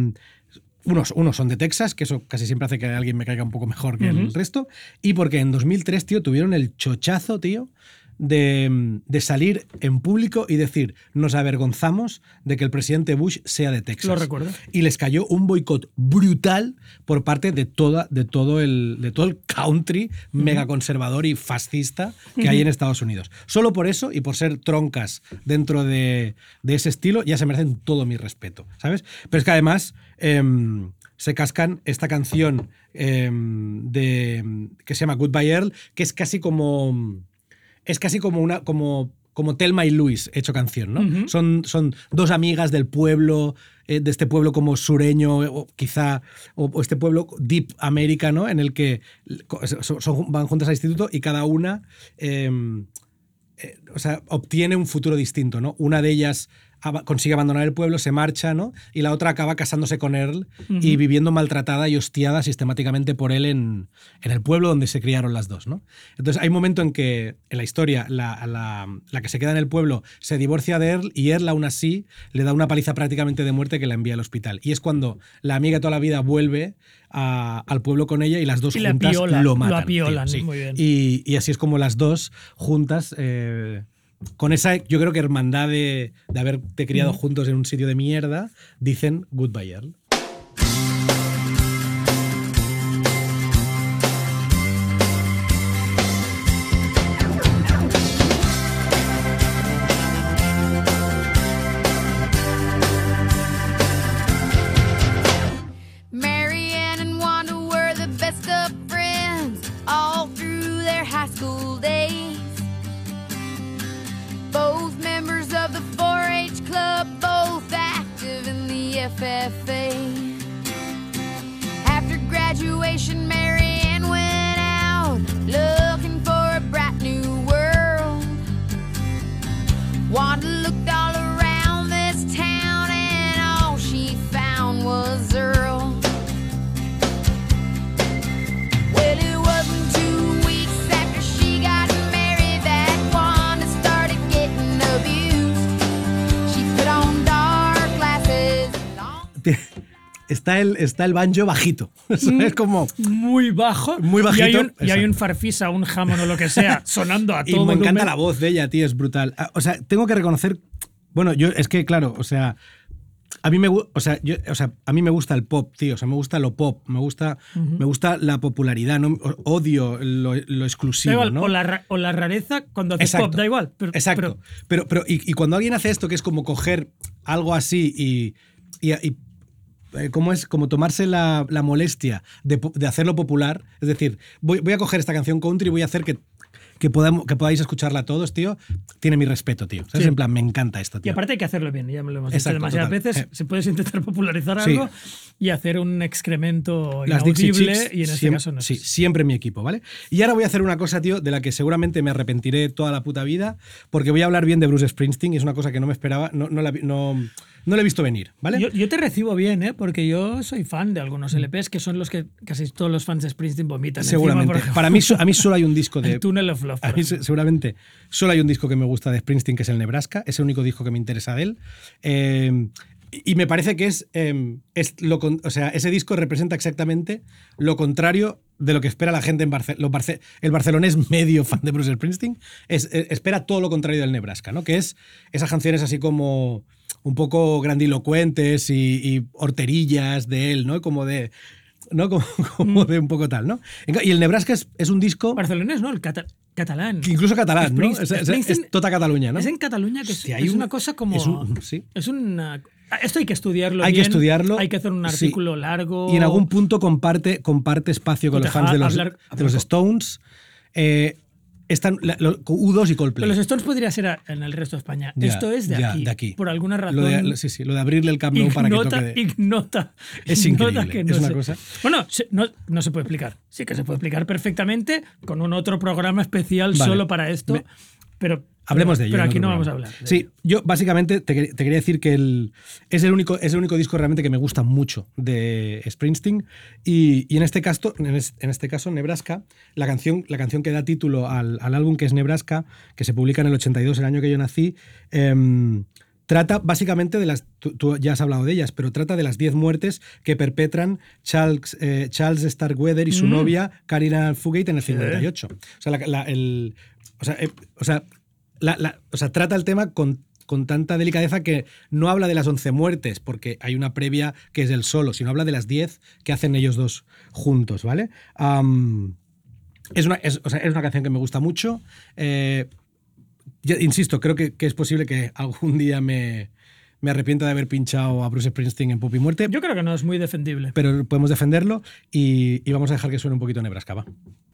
Unos son de Texas, que eso casi siempre hace que alguien me caiga un poco mejor que el resto, y porque en 2003, tío, tuvieron el chochazo, tío, de salir en público y decir, nos avergonzamos de que el presidente Bush sea de Texas. Lo recuerdo. Y les cayó un boicot brutal por parte de todo el country mega conservador y fascista que hay en Estados Unidos. Solo por eso y por ser troncas dentro de ese estilo ya se merecen todo mi respeto, ¿sabes? Pero es que además se cascan esta canción que se llama Goodbye Earl, que es casi como como Thelma y Louise hecho canción, ¿no? Son dos amigas del pueblo, de este pueblo como sureño, o quizá, o este pueblo deep America, ¿no? En el que van juntas al instituto y cada una o sea, obtiene un futuro distinto, ¿no? Una de ellas consigue abandonar el pueblo, se marcha, ¿no? Y la otra acaba casándose con Earl y viviendo maltratada y hostiada sistemáticamente por él en el pueblo donde se criaron las dos, ¿no? Entonces hay un momento en que en la historia la que se queda en el pueblo se divorcia de Earl y Earl aún así le da una paliza prácticamente de muerte que la envía al hospital. Y es cuando la amiga de toda la vida vuelve al pueblo con ella y las dos juntas lo matan. Lo apiolan, sí. Muy bien. Y así es como las dos juntas... con esa, yo creo que hermandad de haberte criado juntos en un sitio de mierda, dicen Goodbye Earl. Marianne and Wanda were the best of friends all through their high school days. Both members of the 4-H club, both active in the FFA. está el banjo bajito. Es como... Muy bajo. Muy bajito. Y hay un farfisa, un jamón o lo que sea sonando a todo Y me volumen. encanta la voz de ella, tío, es brutal. O sea, tengo que reconocer... Bueno, es que, claro, o sea... A mí me gusta el pop, tío. O sea, me gusta lo pop, me gusta la popularidad, ¿no? Odio lo exclusivo, da igual, ¿no? o la rareza cuando haces pop, da igual. Exacto. Pero cuando alguien hace esto, que es como coger algo así y ¿cómo es? Como tomarse la molestia de hacerlo popular. Es decir, voy a coger esta canción country y voy a hacer que podáis escucharla todos, tío. Tiene mi respeto, tío. ¿Sabes? Sí. En plan, me encanta esto, tío. Y aparte hay que hacerlo bien, ya me lo hemos dicho Exacto, demasiadas total. veces. Se puedes intentar popularizar Sí. algo y hacer un excremento Las Dixie inaudible, Chicks, y en este siempre, caso no es. sí, siempre mi equipo, ¿vale? Y ahora voy a hacer una cosa, tío, de la que seguramente me arrepentiré toda la puta vida, porque voy a hablar bien de Bruce Springsteen y es una cosa que no me esperaba, no la he visto venir, ¿vale? Yo te recibo bien, ¿eh? Porque yo soy fan de algunos LPs que son los que casi todos los fans de Springsteen vomitan. Seguramente. Encima, Para mí, a mí solo hay un disco de... El Tunnel of Love. A mí seguramente solo hay un disco que me gusta de Springsteen, que es el Nebraska. Es el único disco que me interesa de él. Y me parece que o sea, ese disco representa exactamente lo contrario de lo que espera la gente en Barcelona. El barcelonés medio fan de Bruce Springsteen espera todo lo contrario del Nebraska, ¿no? Que es esas canciones así como un poco grandilocuentes y horterillas de él, ¿no? Como de... ¿no? Como de un poco tal, ¿no? Y el Nebraska es un disco... Barcelonés, ¿no? El catalán. Incluso catalán, ¿no? Es tota Cataluña, ¿no? Es en Cataluña que Sí, es una cosa como... Esto hay que estudiarlo Hay bien, que estudiarlo. hay que hacer un artículo largo. Y en algún punto comparte espacio con los fans de los Stones. Están U2 y Coldplay. Pero los Stones podría ser en el resto de España. Ya, Esto es de aquí. Por alguna razón. Lo de abrirle el Camp Nou para que toque. Ignota. Es increíble. Que es una sé. cosa. Bueno, no se puede explicar. Sí que se puede explicar perfectamente con un otro programa especial solo para esto. Hablemos de ello. Pero aquí no vamos a hablar. Sí, yo básicamente te quería decir que es el único disco realmente que me gusta mucho de Springsteen. Y en este caso, Nebraska, la canción que da título al álbum, que es Nebraska, que se publica en el 82, el año que yo nací, trata básicamente de las... Tú ya has hablado de ellas, pero trata de las 10 muertes que perpetran Charles Starkweather y su novia, Carina Fugate, en el 58. O sea, trata el tema con tanta delicadeza que no habla de las 11 muertes, porque hay una previa que es el solo, sino habla de las 10 que hacen ellos dos juntos, ¿vale? Es una canción que me gusta mucho. Insisto, creo que es posible que algún día me arrepienta de haber pinchado a Bruce Springsteen en Pop y Muerte. Yo creo que no, es muy defendible. Pero podemos defenderlo y vamos a dejar que suene un poquito Nebraska, ¿va?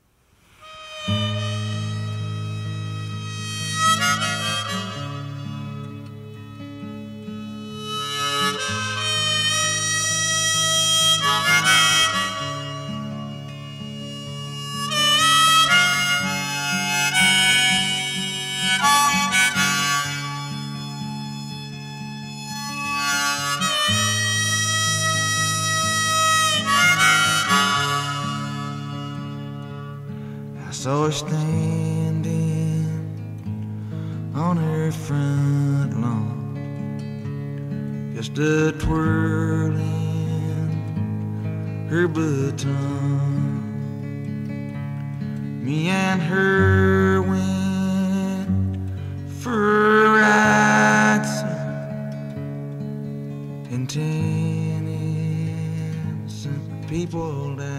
Saw her standing on her front lawn, just a twirling her baton. Me and her went for a ride, and 10 innocent people died.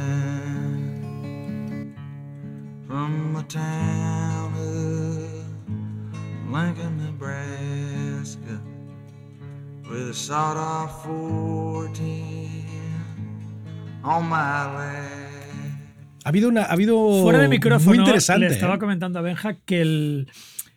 From a town of Lincoln, Nebraska, with a sawed-off 410 on my lap. Ha habido fuera de micrófono, muy interesante. Le estaba comentando a Benja que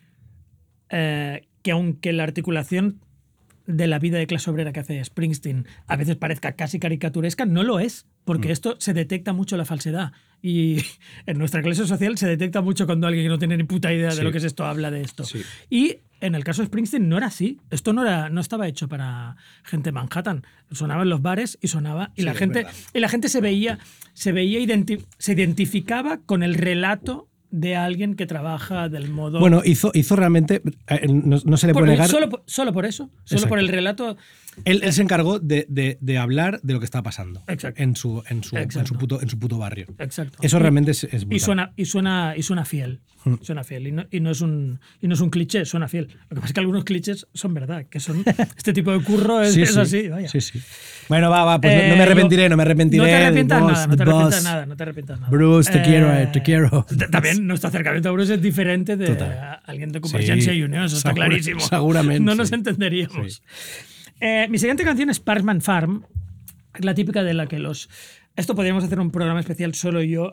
que aunque la articulación de la vida de clase obrera que hace Springsteen a veces parezca casi caricaturesca, no lo es, porque esto se detecta mucho la falsedad. Y en nuestra clase social se detecta mucho cuando alguien que no tiene ni puta idea de lo que es esto habla de esto. Sí. Y en el caso de Springsteen no era así. Esto no estaba hecho para gente de Manhattan. Sonaba en los bares y sonaba. Y, la gente se identificaba con el relato de alguien que trabaja del modo... Bueno, hizo realmente, no se le puede negar... Solo por eso, solo Exacto. por el relato... Él se encargó de hablar de lo que estaba pasando. Exacto. En su puto barrio. Exacto. Eso realmente es brutal. Y suena fiel. Suena fiel. Y no es un cliché, suena fiel. Lo que pasa es que algunos clichés son verdad, que son este tipo de curro es así. Vaya. Sí. Bueno, va, pues no me arrepentiré. No te arrepientas nada. Bruce, te quiero. También nuestro acercamiento a Bruce es diferente de alguien de Convergencia y Unión, eso está clarísimo. Seguramente. No nos entenderíamos. Sí. Mi siguiente canción es Parchman Farm, la típica de la que esto podríamos hacer un programa especial solo yo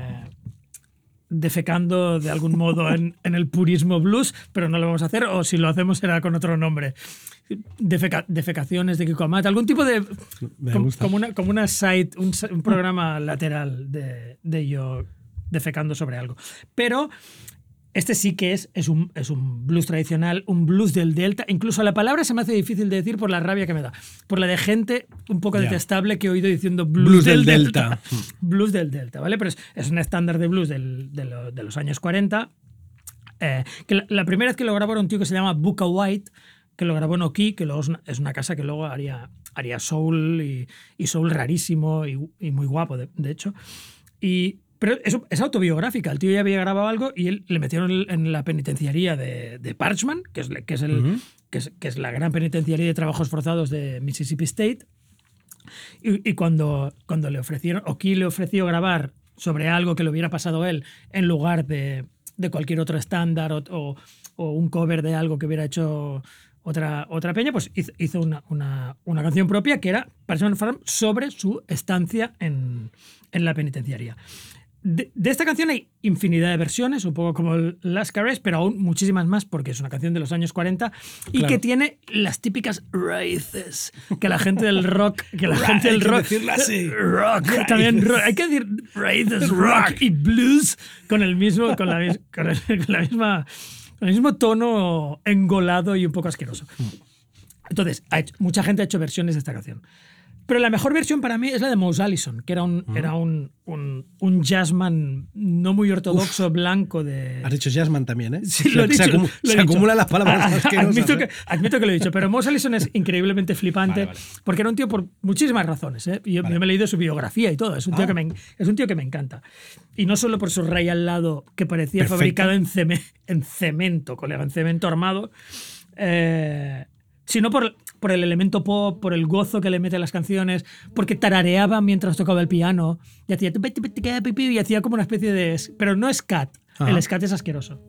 defecando de algún modo en el purismo blues, pero no lo vamos a hacer, o si lo hacemos será con otro nombre. Defecaciones de Kiko Amata, algún tipo de... como una site, un programa lateral de yo defecando sobre algo. Pero... este sí que es un blues tradicional, un blues del Delta. Incluso la palabra se me hace difícil de decir por la rabia que me da. Por la de gente un poco detestable que he oído diciendo blues del Delta. Blues del Delta, ¿vale? Pero es un estándar de blues de los años 40. Que la primera vez que lo grabó era un tío que se llama Booker White, que lo grabó en Oki, que luego es una casa que luego haría soul y soul rarísimo y muy guapo, de hecho. Pero eso es autobiográfica. El tío ya había grabado algo y él le metieron en la penitenciaría de Parchman, que es la gran penitenciaría de trabajos forzados de Mississippi State. Y cuando le ofrecieron, O'Kee le ofreció grabar sobre algo que le hubiera pasado a él en lugar de cualquier otro estándar o un cover de algo que hubiera hecho otra peña, pues hizo una canción propia que era Parchman Farm sobre su estancia en la penitenciaría. De esta canción hay infinidad de versiones, un poco como Last Caress, pero aún muchísimas más porque es una canción de los años 40 y que tiene las típicas raíces que la gente del rock, rock, también hay que decir raíces, rock y blues con el mismo tono engolado y un poco asqueroso. Entonces, mucha gente ha hecho versiones de esta canción. Pero la mejor versión para mí es la de Mose Allison, que era un jazzman no muy ortodoxo, blanco de... Has dicho jazzman también, ¿eh? Sí, lo he dicho. Se acumulan las palabras asquerosas. Admito que lo he dicho, pero Mose Allison es increíblemente flipante porque era un tío por muchísimas razones. ¿eh? Yo me he leído su biografía y todo. Es un tío que me encanta. Y no solo por su rey al lado, que parecía fabricado en cemento, colega, en cemento armado, sino por el elemento pop, por el gozo que le mete a las canciones, porque tarareaba mientras tocaba el piano y hacía como una especie de... Pero no scat. Ajá. El scat es asqueroso.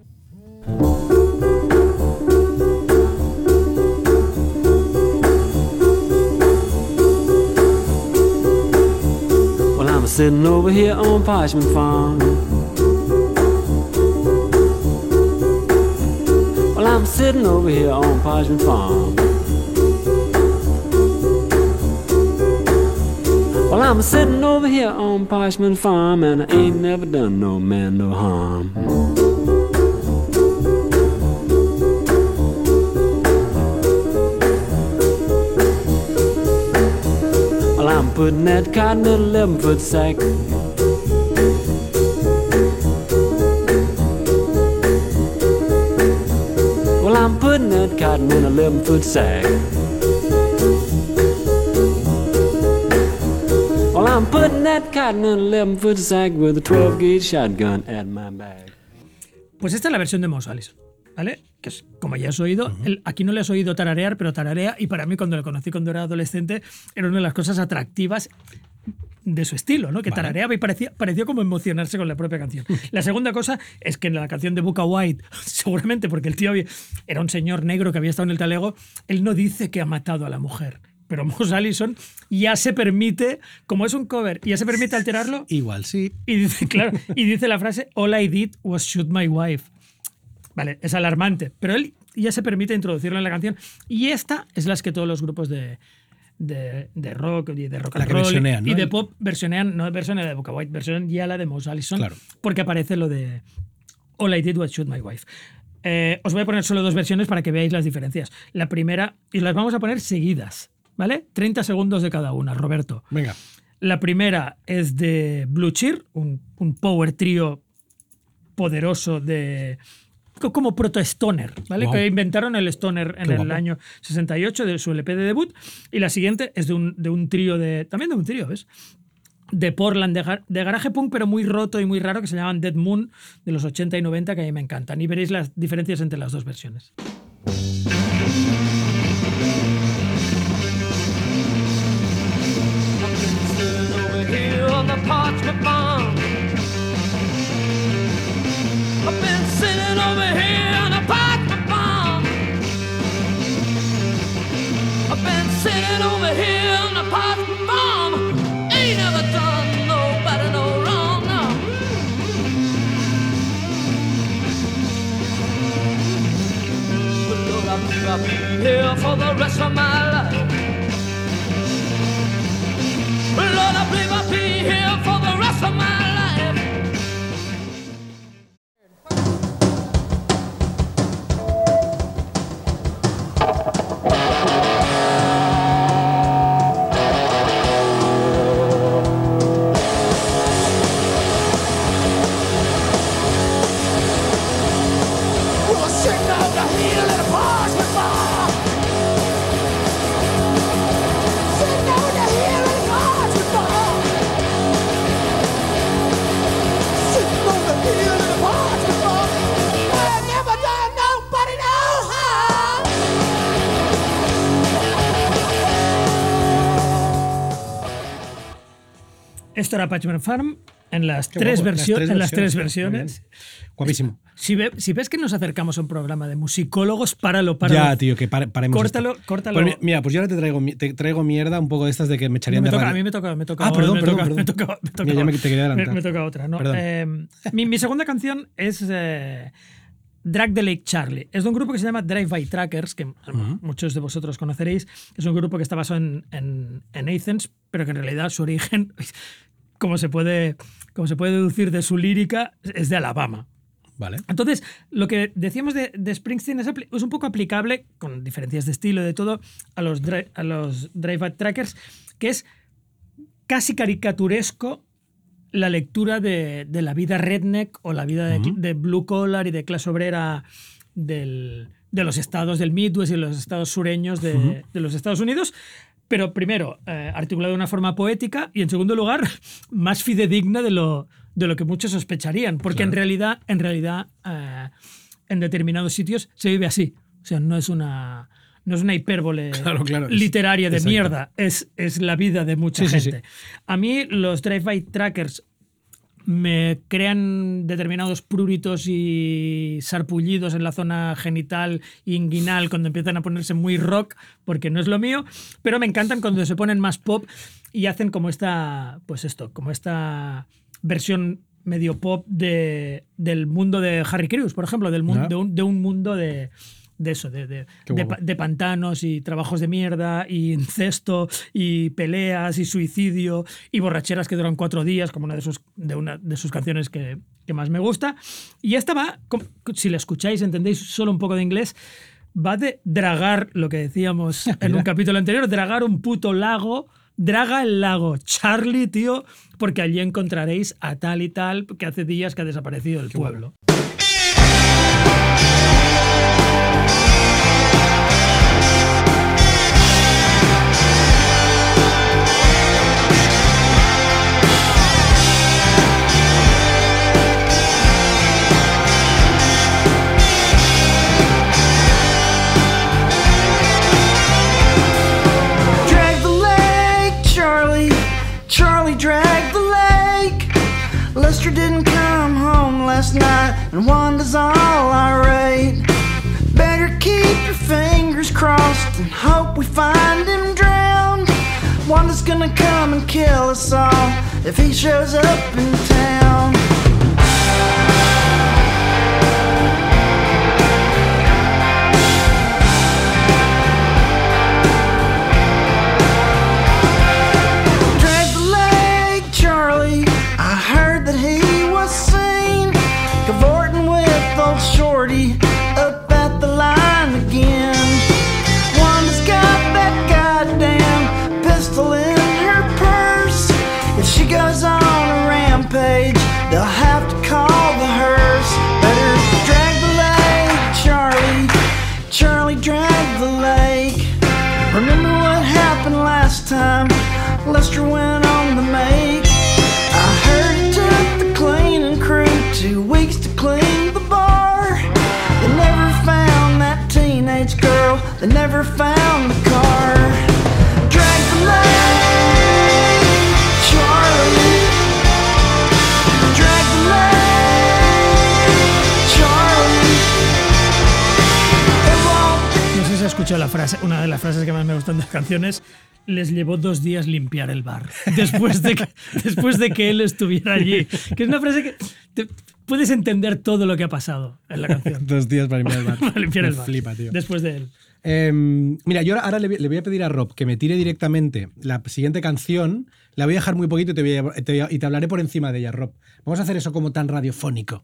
Well, I'm sitting over here on Parchman Farm. Well, I'm sitting over here on Parchman Farm. Well, I'm sitting over here on Parchman Farm, and I ain't never done no man no harm. Well, I'm putting that cotton in a 11-foot sack. Well, I'm putting that cotton in a 11-foot sack. Well, I'm putting that cotton in a 11-foot sack with a 12-gauge shotgun at my back. Pues esta es la versión de Mose Allison, ¿vale? Que es, como ya has oído, aquí no le has oído tararear, pero tararea, y para mí cuando le conocí cuando era adolescente era una de las cosas atractivas de su estilo, ¿no? Que tarareaba y pareció como emocionarse con la propia canción. La segunda cosa es que en la canción de Booker White, seguramente porque el tío era un señor negro que había estado en el talego, él no dice que ha matado a la mujer. Pero Mose Allison ya se permite, como es un cover, ya se permite alterarlo. Igual sí. Y dice la frase, all I did was shoot my wife. Vale, es alarmante. Pero él ya se permite introducirlo en la canción. Y esta es la que todos los grupos de rock y de rock and roll versionean, ¿no? Y de pop versionean, no versionean de Booker White, versionean ya la de Mose Allison. Claro. Porque aparece lo de all I did was shoot my wife. Os voy a poner solo dos versiones para que veáis las diferencias. La primera, y las vamos a poner seguidas. ¿Vale? 30 segundos de cada una, Roberto. Venga. La primera es de Blue Cheer, un power trio poderoso como proto-stoner, ¿vale? Wow. Que inventaron el stoner en el año 68 de su LP de debut, y la siguiente es de un trío también de un trío, ¿ves? De Portland, de garaje punk, pero muy roto y muy raro, que se llamaban Dead Moon, de los 80 y 90, que a mí me encantan. Y veréis las diferencias entre las dos versiones. I've been sitting over here on a parchment farm. I've been sitting over here on a parchment farm. Ain't never done nobody no wrong, no. But Lord, I believe I'll be here for the rest of my life. But Lord, I believe I'll be here for the rest of my life. Esto era Parchment Farm en las tres versiones. Guapísimo. Si ves que nos acercamos a un programa de musicólogos, páralo. Ya, tío, que paremos. Córtalo. Pues mira, pues yo ahora te traigo mierda un poco de estas de que me echarían de raro. A mí me toca. Ah, perdón. Me toca Mira, ya te quería adelantar. Me toca otra, ¿no? Mi segunda canción es Drag the Lake Charlie. Es de un grupo que se llama Drive-By Truckers, que muchos de vosotros conoceréis. Es un grupo que está basado en Athens, pero que en realidad su origen, como se puede deducir de su lírica, es de Alabama. Vale. Entonces, lo que decíamos de Springsteen es un poco aplicable, con diferencias de estilo y de todo, a los Drive-By Truckers, que es casi caricaturesco la lectura de la vida redneck o la vida de blue collar y de clase obrera de los estados del Midwest y de los estados sureños de los Estados Unidos. Pero primero, articulado de una forma poética, y en segundo lugar, más fidedigna de lo que muchos sospecharían, porque claro, en realidad en determinados sitios se vive así. O sea, no es una hipérbole literaria de mierda, es la vida de mucha gente. Sí. A mí los Drive-By Truckers me crean determinados pruritos y sarpullidos en la zona genital e inguinal cuando empiezan a ponerse muy rock, porque no es lo mío, pero me encantan cuando se ponen más pop y hacen como esta versión medio pop del mundo de Harry Crews, por ejemplo, de un mundo de pantanos y trabajos de mierda y incesto y peleas y suicidio y borracheras que duran 4 días, como una de sus canciones que más me gusta. Y esta va, si la escucháis, entendéis solo un poco de inglés, va de dragar, lo que decíamos en un capítulo anterior, dragar un puto lago. Draga el lago Charlie, tío, porque allí encontraréis a tal y tal que hace días que ha desaparecido del pueblo. Bueno. Drag the lake. Lester didn't come home last night, and Wanda's all irate. Better keep your fingers crossed and hope we find him drowned. Wanda's gonna come and kill us all if he shows up in town. Shorty up at the line again. Wanda's got that goddamn pistol in her purse. If she goes on a rampage, they'll they never found the car. Drag the leg, Charlie. Drag the leg, Charlie. It won't. No sé si has escuchado la frase, una de las frases que más me gustan de las canciones. Les llevó 2 días limpiar el bar después de que él estuviera allí. Que es una frase que puedes entender todo lo que ha pasado en la canción. 2 días para limpiar el bar. Para limpiar el bar. Flipa, tío. Después de él. Mira, yo ahora le voy a pedir a Rob que me tire directamente la siguiente canción. La voy a dejar muy poquito y te hablaré por encima de ella, Rob. Vamos a hacer eso como tan radiofónico.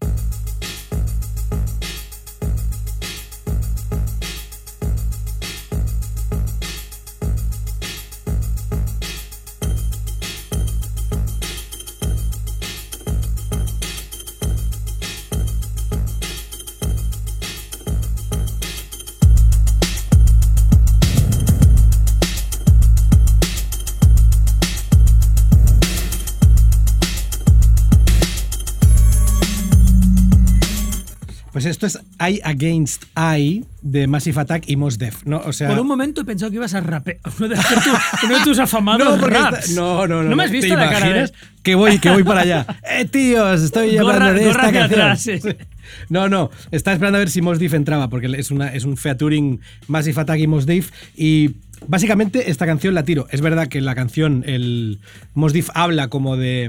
Pues esto es Eye Against Eye de Massive Attack y Mos Def, ¿no? O sea, por un momento he pensado que ibas a rapear. Uno de tus afamados raps. No. ¿No me has visto la cara de...? Que voy para allá. Tíos, estoy hablando de esta canción. Atrás, sí. No. Estaba esperando a ver si Mos Def entraba, porque es un featuring Massive Attack y Mos Def. Y básicamente esta canción la tiro. Es verdad que la canción, el Mos Def habla como de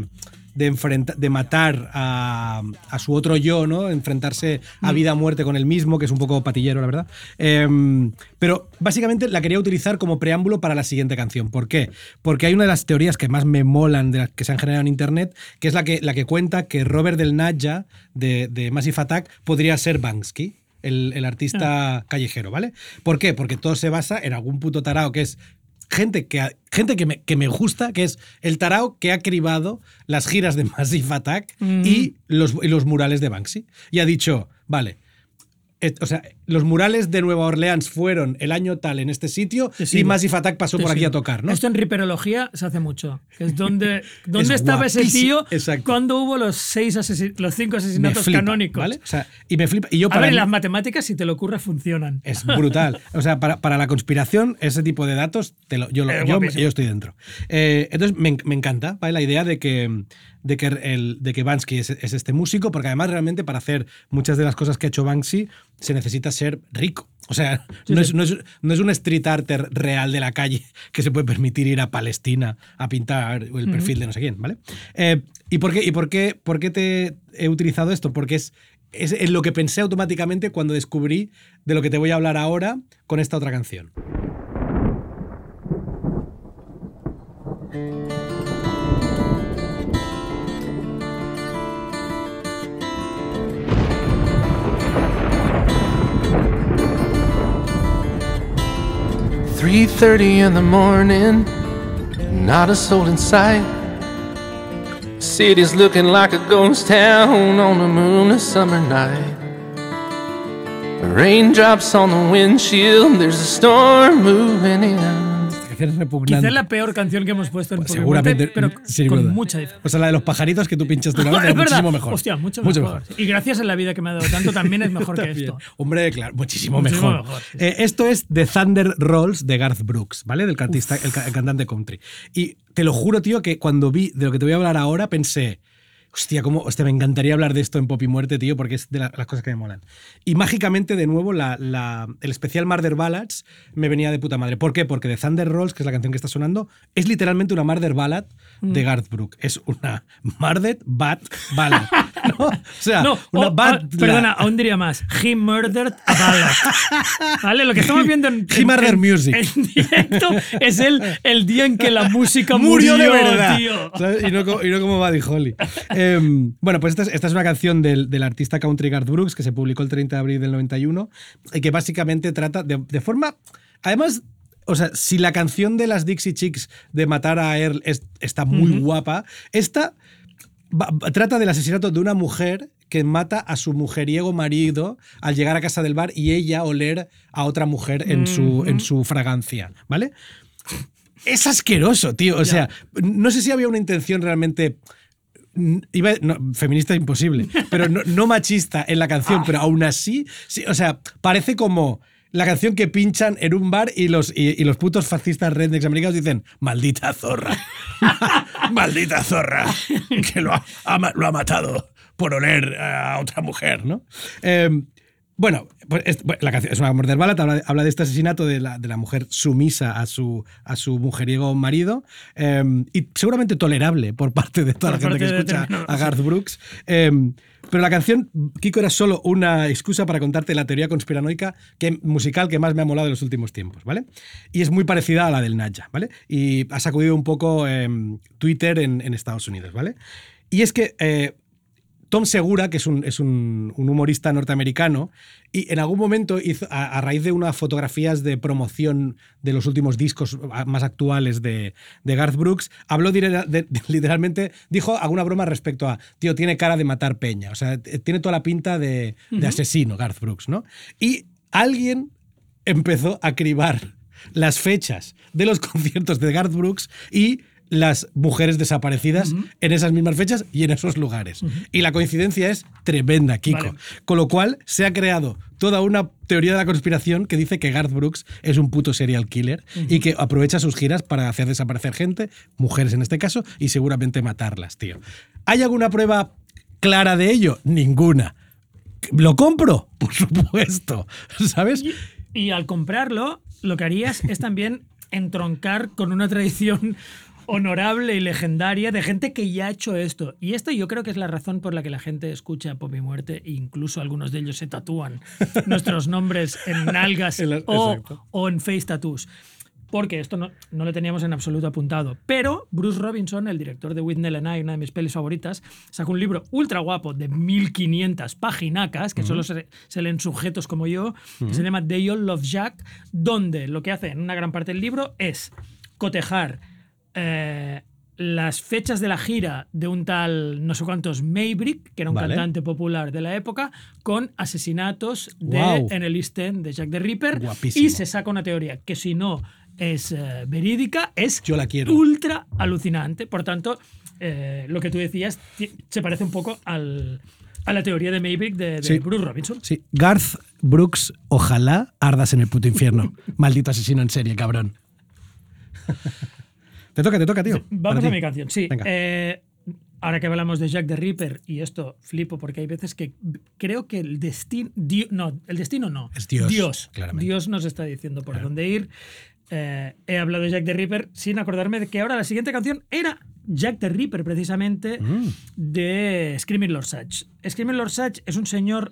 matar a su otro yo, ¿no? Enfrentarse a vida o muerte con él mismo, que es un poco patillero, la verdad. Pero básicamente la quería utilizar como preámbulo para la siguiente canción. ¿Por qué? Porque hay una de las teorías que más me molan de las que se han generado en internet, que es la que cuenta que Robert Del Naja de Massive Attack podría ser Banksy, el artista callejero, ¿vale? ¿Por qué? Porque todo se basa en algún puto tarao que es gente que me gusta, que es el tarao que ha cribado las giras de Massive Attack y los murales de Banksy. Y ha dicho, vale, o sea, los murales de Nueva Orleans fueron el año tal en este sitio y Massive Attack pasó por aquí a tocar, ¿no? Esto en riperología se hace mucho. Es donde estaba ese tío cuando hubo los 5 asesinatos canónicos. ¿Vale? O sea, y me flipa. Y yo, a ver, las matemáticas, si te lo ocurre, funcionan. Es brutal. O sea, para la conspiración, ese tipo de datos, yo estoy dentro. Entonces, me encanta, ¿vale? La idea de que Banksy es este músico, porque además realmente para hacer muchas de las cosas que ha hecho Banksy se necesita ser rico. O sea, no es un street arter real de la calle que se puede permitir ir a Palestina a pintar el perfil de no sé quién, ¿vale? ¿Y por qué te he utilizado esto? Porque es en lo que pensé automáticamente cuando descubrí de lo que te voy a hablar ahora con esta otra canción. "3:30 in the morning, not a soul in sight. City's looking like a ghost town on a moonless summer night. Raindrops on the windshield, there's a storm moving in." Quizá es la peor canción que hemos puesto en pues seguramente, pero con mucha diferencia. O sea, la de los pajaritos que tú pinchas de una vez es muchísimo mejor. Hostia, mucho mejor. Y gracias a la vida que me ha dado tanto, también es mejor que esto. Hombre, claro, muchísimo mejor. Sí. Esto es The Thunder Rolls de Garth Brooks, ¿vale? Del cantista, el cantante country. Y te lo juro, tío, que cuando vi de lo que te voy a hablar ahora pensé, hostia, me encantaría hablar de esto en Pop y Muerte, tío, porque es de las cosas que me molan. Y mágicamente, de nuevo, el especial Murder Ballads me venía de puta madre. ¿Por qué? Porque The Thunder Rolls, que es la canción que está sonando, es literalmente una Murder Ballad de Garth Brooks. Es una Murdered Bad Ballad. ¿No? O sea, perdona, aún diría más. He murdered a ballad. ¿Vale? Lo que estamos viendo en Music. En directo es el día en que la música murió de verdad, tío. ¿Sabes? Y no como Buddy Holly. Bueno, pues esta es una canción del artista country Garth Brooks que se publicó el 30 de abril del 91 y que básicamente trata de forma... Además, o sea, si la canción de las Dixie Chicks de matar a Earl está muy guapa, esta trata del asesinato de una mujer que mata a su mujeriego marido al llegar a casa del bar y ella oler a otra mujer en su fragancia, ¿vale? Es asqueroso, tío. O sea, no sé si había una intención realmente... feminista imposible, pero no machista en la canción, pero aún así, sí, o sea, parece como la canción que pinchan en un bar y los putos fascistas rednecks americanos dicen maldita zorra. Maldita zorra. Que lo ha matado por oler a otra mujer, ¿no? Bueno, pues la canción es una Murder Ballad, habla de este asesinato de la mujer sumisa a su mujeriego marido, y seguramente tolerable por parte de toda la gente que escucha a Garth Brooks. Pero la canción, Kiko, era solo una excusa para contarte la teoría conspiranoica musical que más me ha molado en los últimos tiempos, ¿vale? Y es muy parecida a la del Nadja, ¿vale? Y ha sacudido un poco Twitter en Estados Unidos, ¿vale? Y es que Tom Segura, que es un humorista norteamericano, y en algún momento hizo, a raíz de unas fotografías de promoción de los últimos discos más actuales de Garth Brooks, habló literalmente, dijo alguna broma respecto a, tío, tiene cara de matar peña, o sea, tiene toda la pinta de asesino Garth Brooks, ¿no? Y alguien empezó a cribar las fechas de los conciertos de Garth Brooks y las mujeres desaparecidas en esas mismas fechas y en esos lugares. Y la coincidencia es tremenda, Kiko. Vale. Con lo cual se ha creado toda una teoría de la conspiración que dice que Garth Brooks es un puto serial killer y que aprovecha sus giras para hacer desaparecer gente, mujeres en este caso, y seguramente matarlas, tío. ¿Hay alguna prueba clara de ello? Ninguna. ¿Lo compro? Por supuesto. ¿Sabes? Y al comprarlo, lo que harías es también entroncar con una tradición honorable y legendaria de gente que ya ha hecho esto. Y esto yo creo que es la razón por la que la gente escucha Pop y Muerte e incluso algunos de ellos se tatúan nuestros nombres en nalgas o en face tattoos. Porque esto no lo teníamos en absoluto apuntado. Pero Bruce Robinson, el director de With Nell and I, una de mis pelis favoritas, sacó un libro ultra guapo de 1500 paginacas, que solo se leen sujetos como yo, que se llama They All Love Jack, donde lo que hace en una gran parte del libro es cotejar las fechas de la gira de un tal no sé cuántos Maybrick, que era un cantante popular de la época, con asesinatos en el East End de Jack the Ripper. Guapísimo. Y se saca una teoría que si no es verídica, es Yo la quiero. ultra alucinante. Por tanto, lo que tú decías se parece un poco a la teoría de Maybrick de Bruce Robinson. Sí, Garth Brooks, ojalá ardas en el puto infierno. Maldito asesino en serie, cabrón. Te toca, tío. Vamos a mi canción, sí. Ahora que hablamos de Jack the Ripper, y esto flipo porque hay veces que creo que el destino... el destino no. Es Dios. Dios. Claramente. Dios nos está diciendo por dónde ir. He hablado de Jack the Ripper sin acordarme de que ahora la siguiente canción era Jack the Ripper, precisamente, de Screaming Lord Sutch. Screaming Lord Sutch es un señor...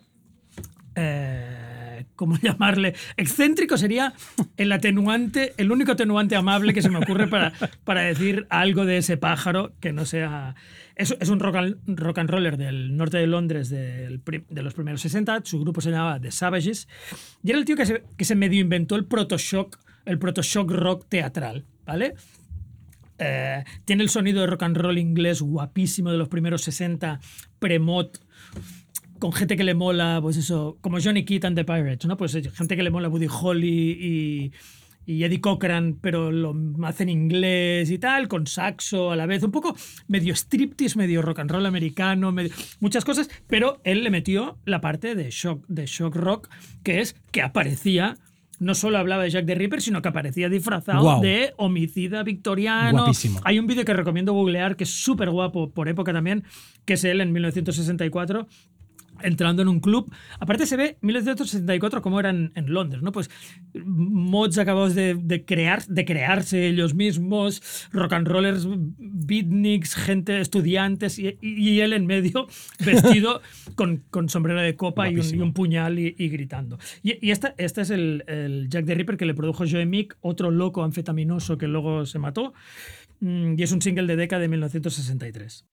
¿cómo llamarle? Excéntrico sería el único atenuante amable que se me ocurre para decir algo de ese pájaro que no sea... Es un rock and roller del norte de Londres de los primeros 60, su grupo se llamaba The Savages, y era el tío que se medio inventó el protoshock rock teatral, ¿vale? Tiene el sonido de rock and roll inglés guapísimo de los primeros 60, pre-mod, con gente que le mola, pues eso, como Johnny Kidd and the Pirates, ¿no? Pues gente que le mola Buddy Holly y Eddie Cochran, pero lo hace en inglés y tal, con saxo a la vez, un poco medio striptease, medio rock and roll americano, muchas cosas, pero él le metió la parte de shock rock, que es que aparecía... No solo hablaba de Jack the Ripper, sino que aparecía disfrazado de homicida victoriano. Guapísimo. Hay un vídeo que recomiendo googlear, que es súper guapo por época también, que es él en 1964, entrando en un club. Aparte se ve 1964 como era en Londres, ¿no? Pues mods acabados de crearse ellos mismos, rock and rollers, beatniks, gente, estudiantes, y él en medio vestido con sombrero de copa y un puñal y gritando. Y este es el Jack the Ripper que le produjo Joe Meek, otro loco anfetaminoso que luego se mató, y es un single de Decca de 1963.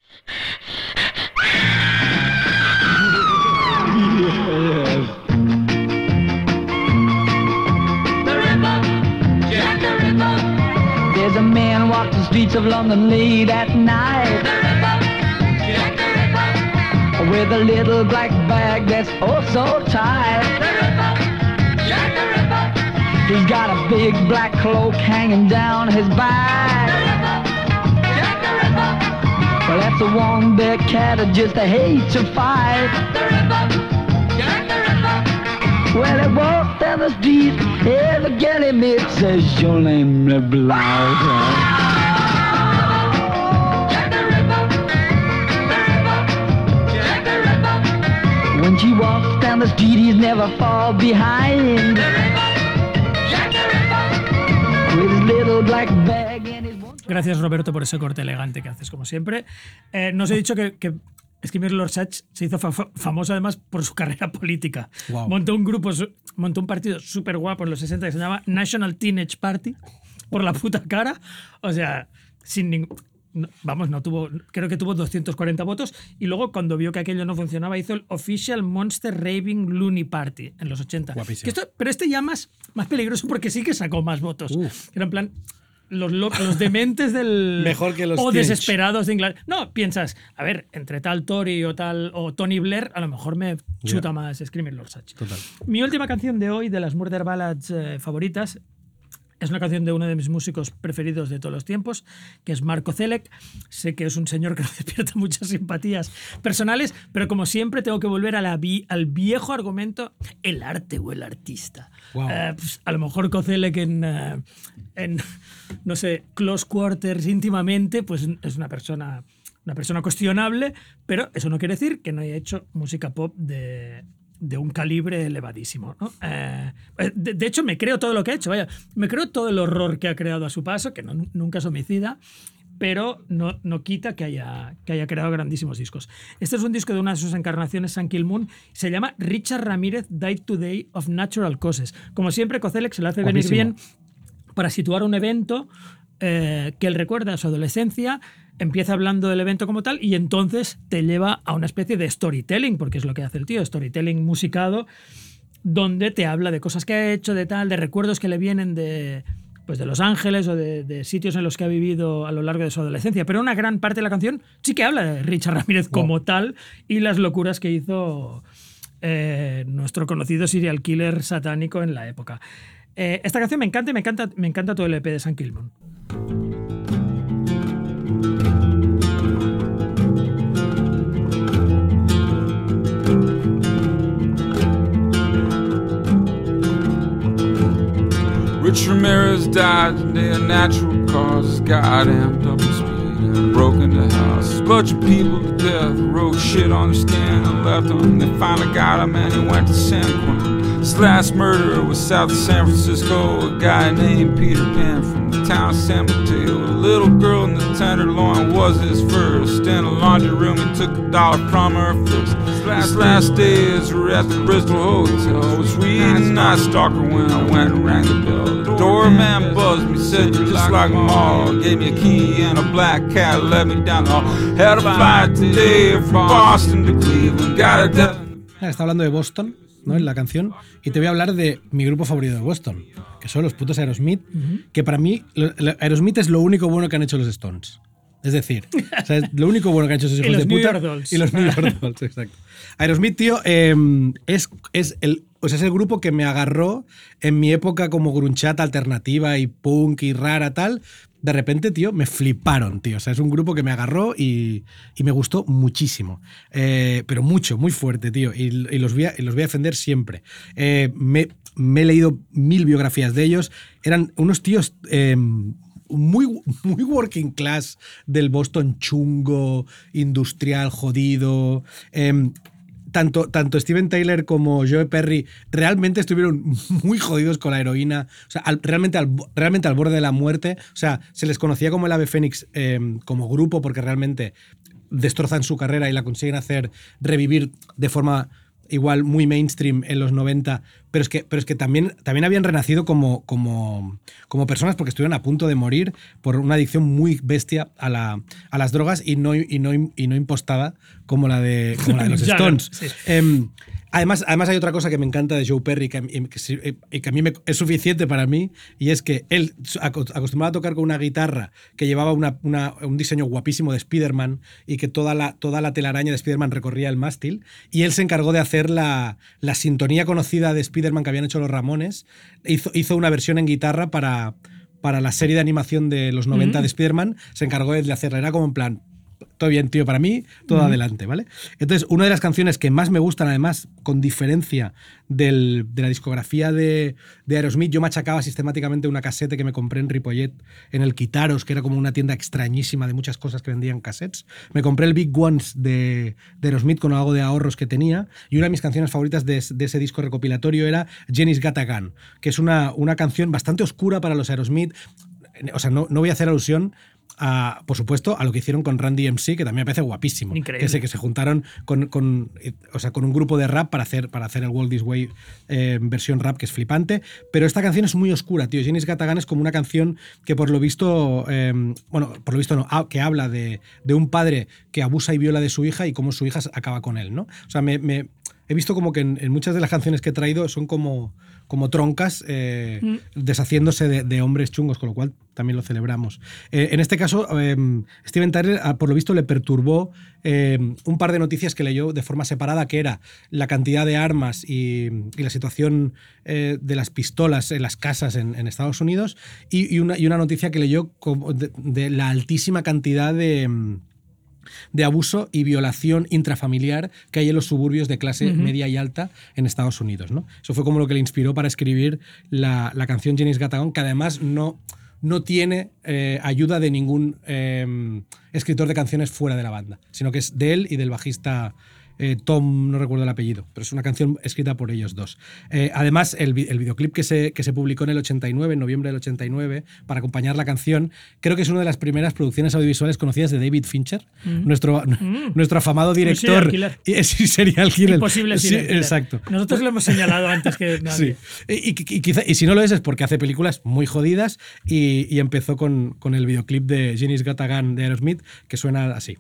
There's a man walks the streets of London late at night, Jack the Ripper, with a little black bag that's oh so tight. Jack the Ripper, He's got a big black cloak hanging down his back. Jack the Ripper, Well, that's a one big cat that just hate to fight. Jack the Ripper, Well, he walked down the street, every girl he meets says your name is Blouse. When she walks down the street, he's never far behind. With his little black bag and his... Gracias, Roberto, por ese corte elegante que haces, como siempre. Nos he dicho que Skimmer Lord Sachs se hizo famoso además por su carrera política. Wow. Montó un partido súper guapo en los 60 que se llamaba National Teenage Party, por la puta cara. O sea, sin ningún... no tuvo, creo que tuvo 240 votos, y luego cuando vio que aquello no funcionaba hizo el Official Monster Raving Looney Party en los 80. Pero este ya más peligroso porque sí que sacó más votos. Era en plan los dementes del mejor que los o teenage. Desesperados de Inglaterra. No, piensas, a ver, entre tal Tory o Tony Blair, a lo mejor me chuta más Screaming Lord Sachs. Total. Mi última canción de hoy, de las Murder Ballads favoritas, es una canción de uno de mis músicos preferidos de todos los tiempos, que es Marco Celic. Sé que es un señor que nos despierta muchas simpatías personales, pero como siempre tengo que volver al viejo argumento, el arte o el artista. Wow. Pues a lo mejor Kozelek en no sé, close quarters íntimamente, pues es una persona cuestionable, pero eso no quiere decir que no haya hecho música pop de un calibre elevadísimo, ¿no? De hecho, me creo todo lo que ha hecho, vaya. Me creo todo el horror que ha creado a su paso, que nunca es homicida, pero no quita que haya creado grandísimos discos. Este es un disco de una de sus encarnaciones, Sun Kil Moon, se llama Richard Ramírez Died Today of Natural Causes. Como siempre, Kozelek se le hace venir bien para situar un evento que él recuerda a su adolescencia, empieza hablando del evento como tal y entonces te lleva a una especie de storytelling, porque es lo que hace el tío, storytelling musicado, donde te habla de cosas que ha hecho, de recuerdos que le vienen de Los Ángeles o de sitios en los que ha vivido a lo largo de su adolescencia. Pero una gran parte de la canción sí que habla de Richard Ramírez como tal y las locuras que hizo nuestro conocido serial killer satánico en la época. Esta canción me encanta y me encanta todo el EP de Sun Kil Moon. Rich Ramirez died today of natural causes. Got amped up in speed and broke into house. A bunch of people to death wrote shit on their skin and left them. They finally got him and he went to San Quentin. His last murder was south of San Francisco. A guy named Peter Pan from the town of San Mateo. A little girl in the Tenderloin was his first. In a laundry room he took $1 from her fist. His last days were at the Bristol Hotel. I was reading Night Stalker when I went and rang the bell. The doorman buzzed me, said you're just like them all. Gave me a key and a black cat, let me down the hall. Had a flight today from Boston to Cleveland. Got a death. Está hablando de Boston, ¿no? En la canción, y te voy a hablar de mi grupo favorito de Boston, que son los putos Aerosmith, que para mí Aerosmith es lo único bueno que han hecho los Stones. Es decir, o sea, es lo único bueno que han hecho esos hijos de puta. Y los New York Dolls, exacto. Aerosmith, tío, es el grupo que me agarró en mi época como grunchata alternativa y punk y rara tal. De repente, tío, me fliparon, tío. O sea, es un grupo que me agarró y me gustó muchísimo. Pero mucho, muy fuerte, tío. Y los voy a defender siempre. Me he leído 1000 biografías de ellos. Eran unos tíos muy working class del Boston chungo, industrial, jodido. Tanto Steven Tyler como Joe Perry realmente estuvieron muy jodidos con la heroína, o sea, realmente al borde de la muerte. O sea, se les conocía como el Ave Fénix como grupo porque realmente destrozan su carrera y la consiguen hacer revivir de forma igual muy mainstream en los 90, pero es que también habían renacido como personas porque estuvieron a punto de morir por una adicción muy bestia a las drogas y no impostada como la de los Stones. Sí. Además hay otra cosa que me encanta de Joe Perry que a mí es suficiente para mí, y es que él acostumbraba a tocar con una guitarra que llevaba un diseño guapísimo de Spider-Man y que toda la telaraña de Spider-Man recorría el mástil, y él se encargó de hacer la sintonía conocida de Spider-Man que habían hecho los Ramones. Hizo una versión en guitarra para la serie de animación de los 90 de Spider-Man, se encargó de hacerla. Era como en plan, todo bien, tío, para mí, todo adelante, ¿vale? Entonces, una de las canciones que más me gustan, además, con diferencia de la discografía de Aerosmith, yo machacaba sistemáticamente una casete que me compré en Ripollet, en el Quitaros, que era como una tienda extrañísima de muchas cosas que vendían cassettes. Me compré el Big Ones de Aerosmith con algo de ahorros que tenía, y una de mis canciones favoritas de ese disco recopilatorio era Jenny's Got a Gun, que es una canción bastante oscura para los Aerosmith. O sea, no voy a hacer alusión por supuesto, a lo que hicieron con Run DMC, que también me parece guapísimo. Increíble. Que se juntaron con un grupo de rap para hacer el Walk This Way versión rap, que es flipante. Pero esta canción es muy oscura, tío. Jenny's Got a Gun es como una canción que por lo visto que habla de un padre que abusa y viola de su hija y cómo su hija acaba con él, ¿no? O sea, he visto como que en muchas de las canciones que he traído son como troncas deshaciéndose de hombres chungos, con lo cual también lo celebramos. En este caso, Steven Tyler, por lo visto, le perturbó un par de noticias que leyó de forma separada, que era la cantidad de armas y la situación de las pistolas en las casas en Estados Unidos, y una noticia que leyó de la altísima cantidad de abuso y violación intrafamiliar que hay en los suburbios de clase media y alta en Estados Unidos, ¿no? Eso fue como lo que le inspiró para escribir la canción Jenny's Got a Gun, que además no tiene ayuda de ningún escritor de canciones fuera de la banda, sino que es de él y del bajista Tom, no recuerdo el apellido, pero es una canción escrita por ellos dos. Además, el videoclip que se publicó en el 89, en noviembre del 89, para acompañar la canción, creo que es una de las primeras producciones audiovisuales conocidas de David Fincher, nuestro afamado director. Serial killer. Imposible serial killer. Exacto. Nosotros lo hemos señalado antes que nadie. Sí. Y si no lo es porque hace películas muy jodidas, y empezó con el videoclip de Jenny's Got a Gun de Aerosmith, que suena así.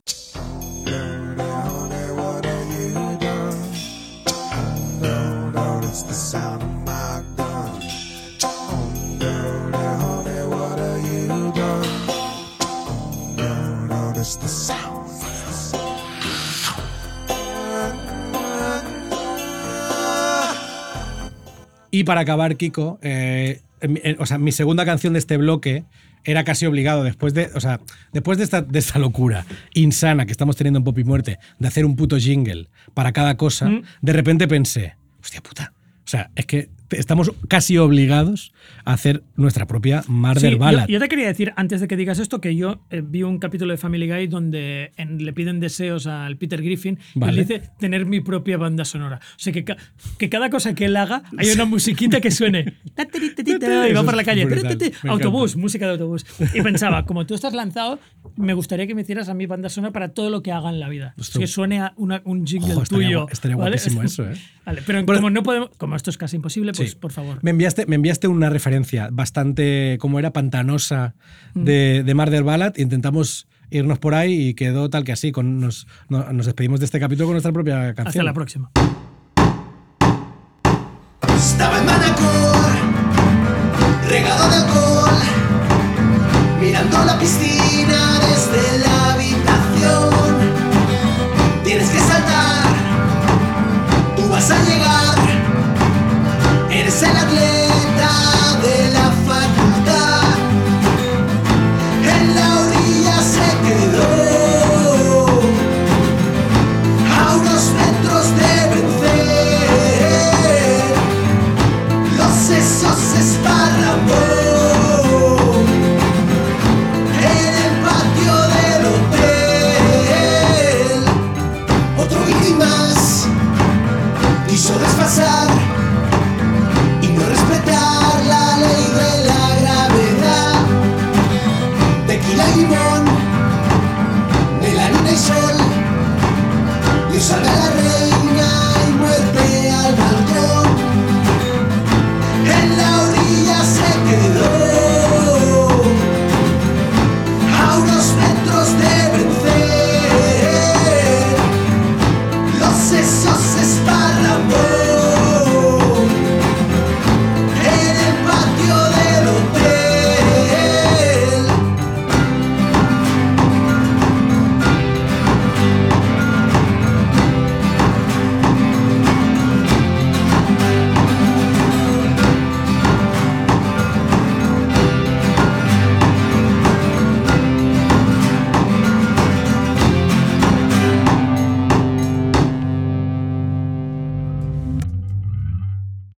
The sound of my gun. Oh, dirty honey, what have you done? You notice the sound. Y para acabar, Kiko, mi segunda canción de este bloque era casi obligado, después de esta locura insana que estamos teniendo en Pop y Muerte, de hacer un puto jingle para cada cosa, de repente pensé, hostia puta, o sea, es que estamos casi obligados a hacer nuestra propia Murder Ballad. Yo te quería decir, antes de que digas esto, que yo vi un capítulo de Family Guy donde le piden deseos al Peter Griffin, y le dice tener mi propia banda sonora. O sea, que cada cosa que él haga hay una musiquita que suene y va por la calle. Autobús, música de autobús. Y pensaba, como tú estás lanzado, me gustaría que me hicieras a mi banda sonora para todo lo que haga en la vida. O sea, que suene a un jingle tuyo. Estaría guapísimo eso, ¿eh? Vale, pero como esto es casi imposible, pues por favor. Me enviaste una referencia bastante, como era, pantanosa de Murder Ballad. Intentamos irnos por ahí y quedó tal que así. Nos despedimos de este capítulo con nuestra propia canción. Hasta la próxima. Estaba en Manacor, regado de alcohol, mirando la piscina desde la habitación. Tienes que saltar, tú vas a llegar. Eres el atleta de la facultad. En la orilla se quedó, a unos metros de vencer. Los sesos se esparramó en el patio del hotel. Otro guiri más quiso desfasar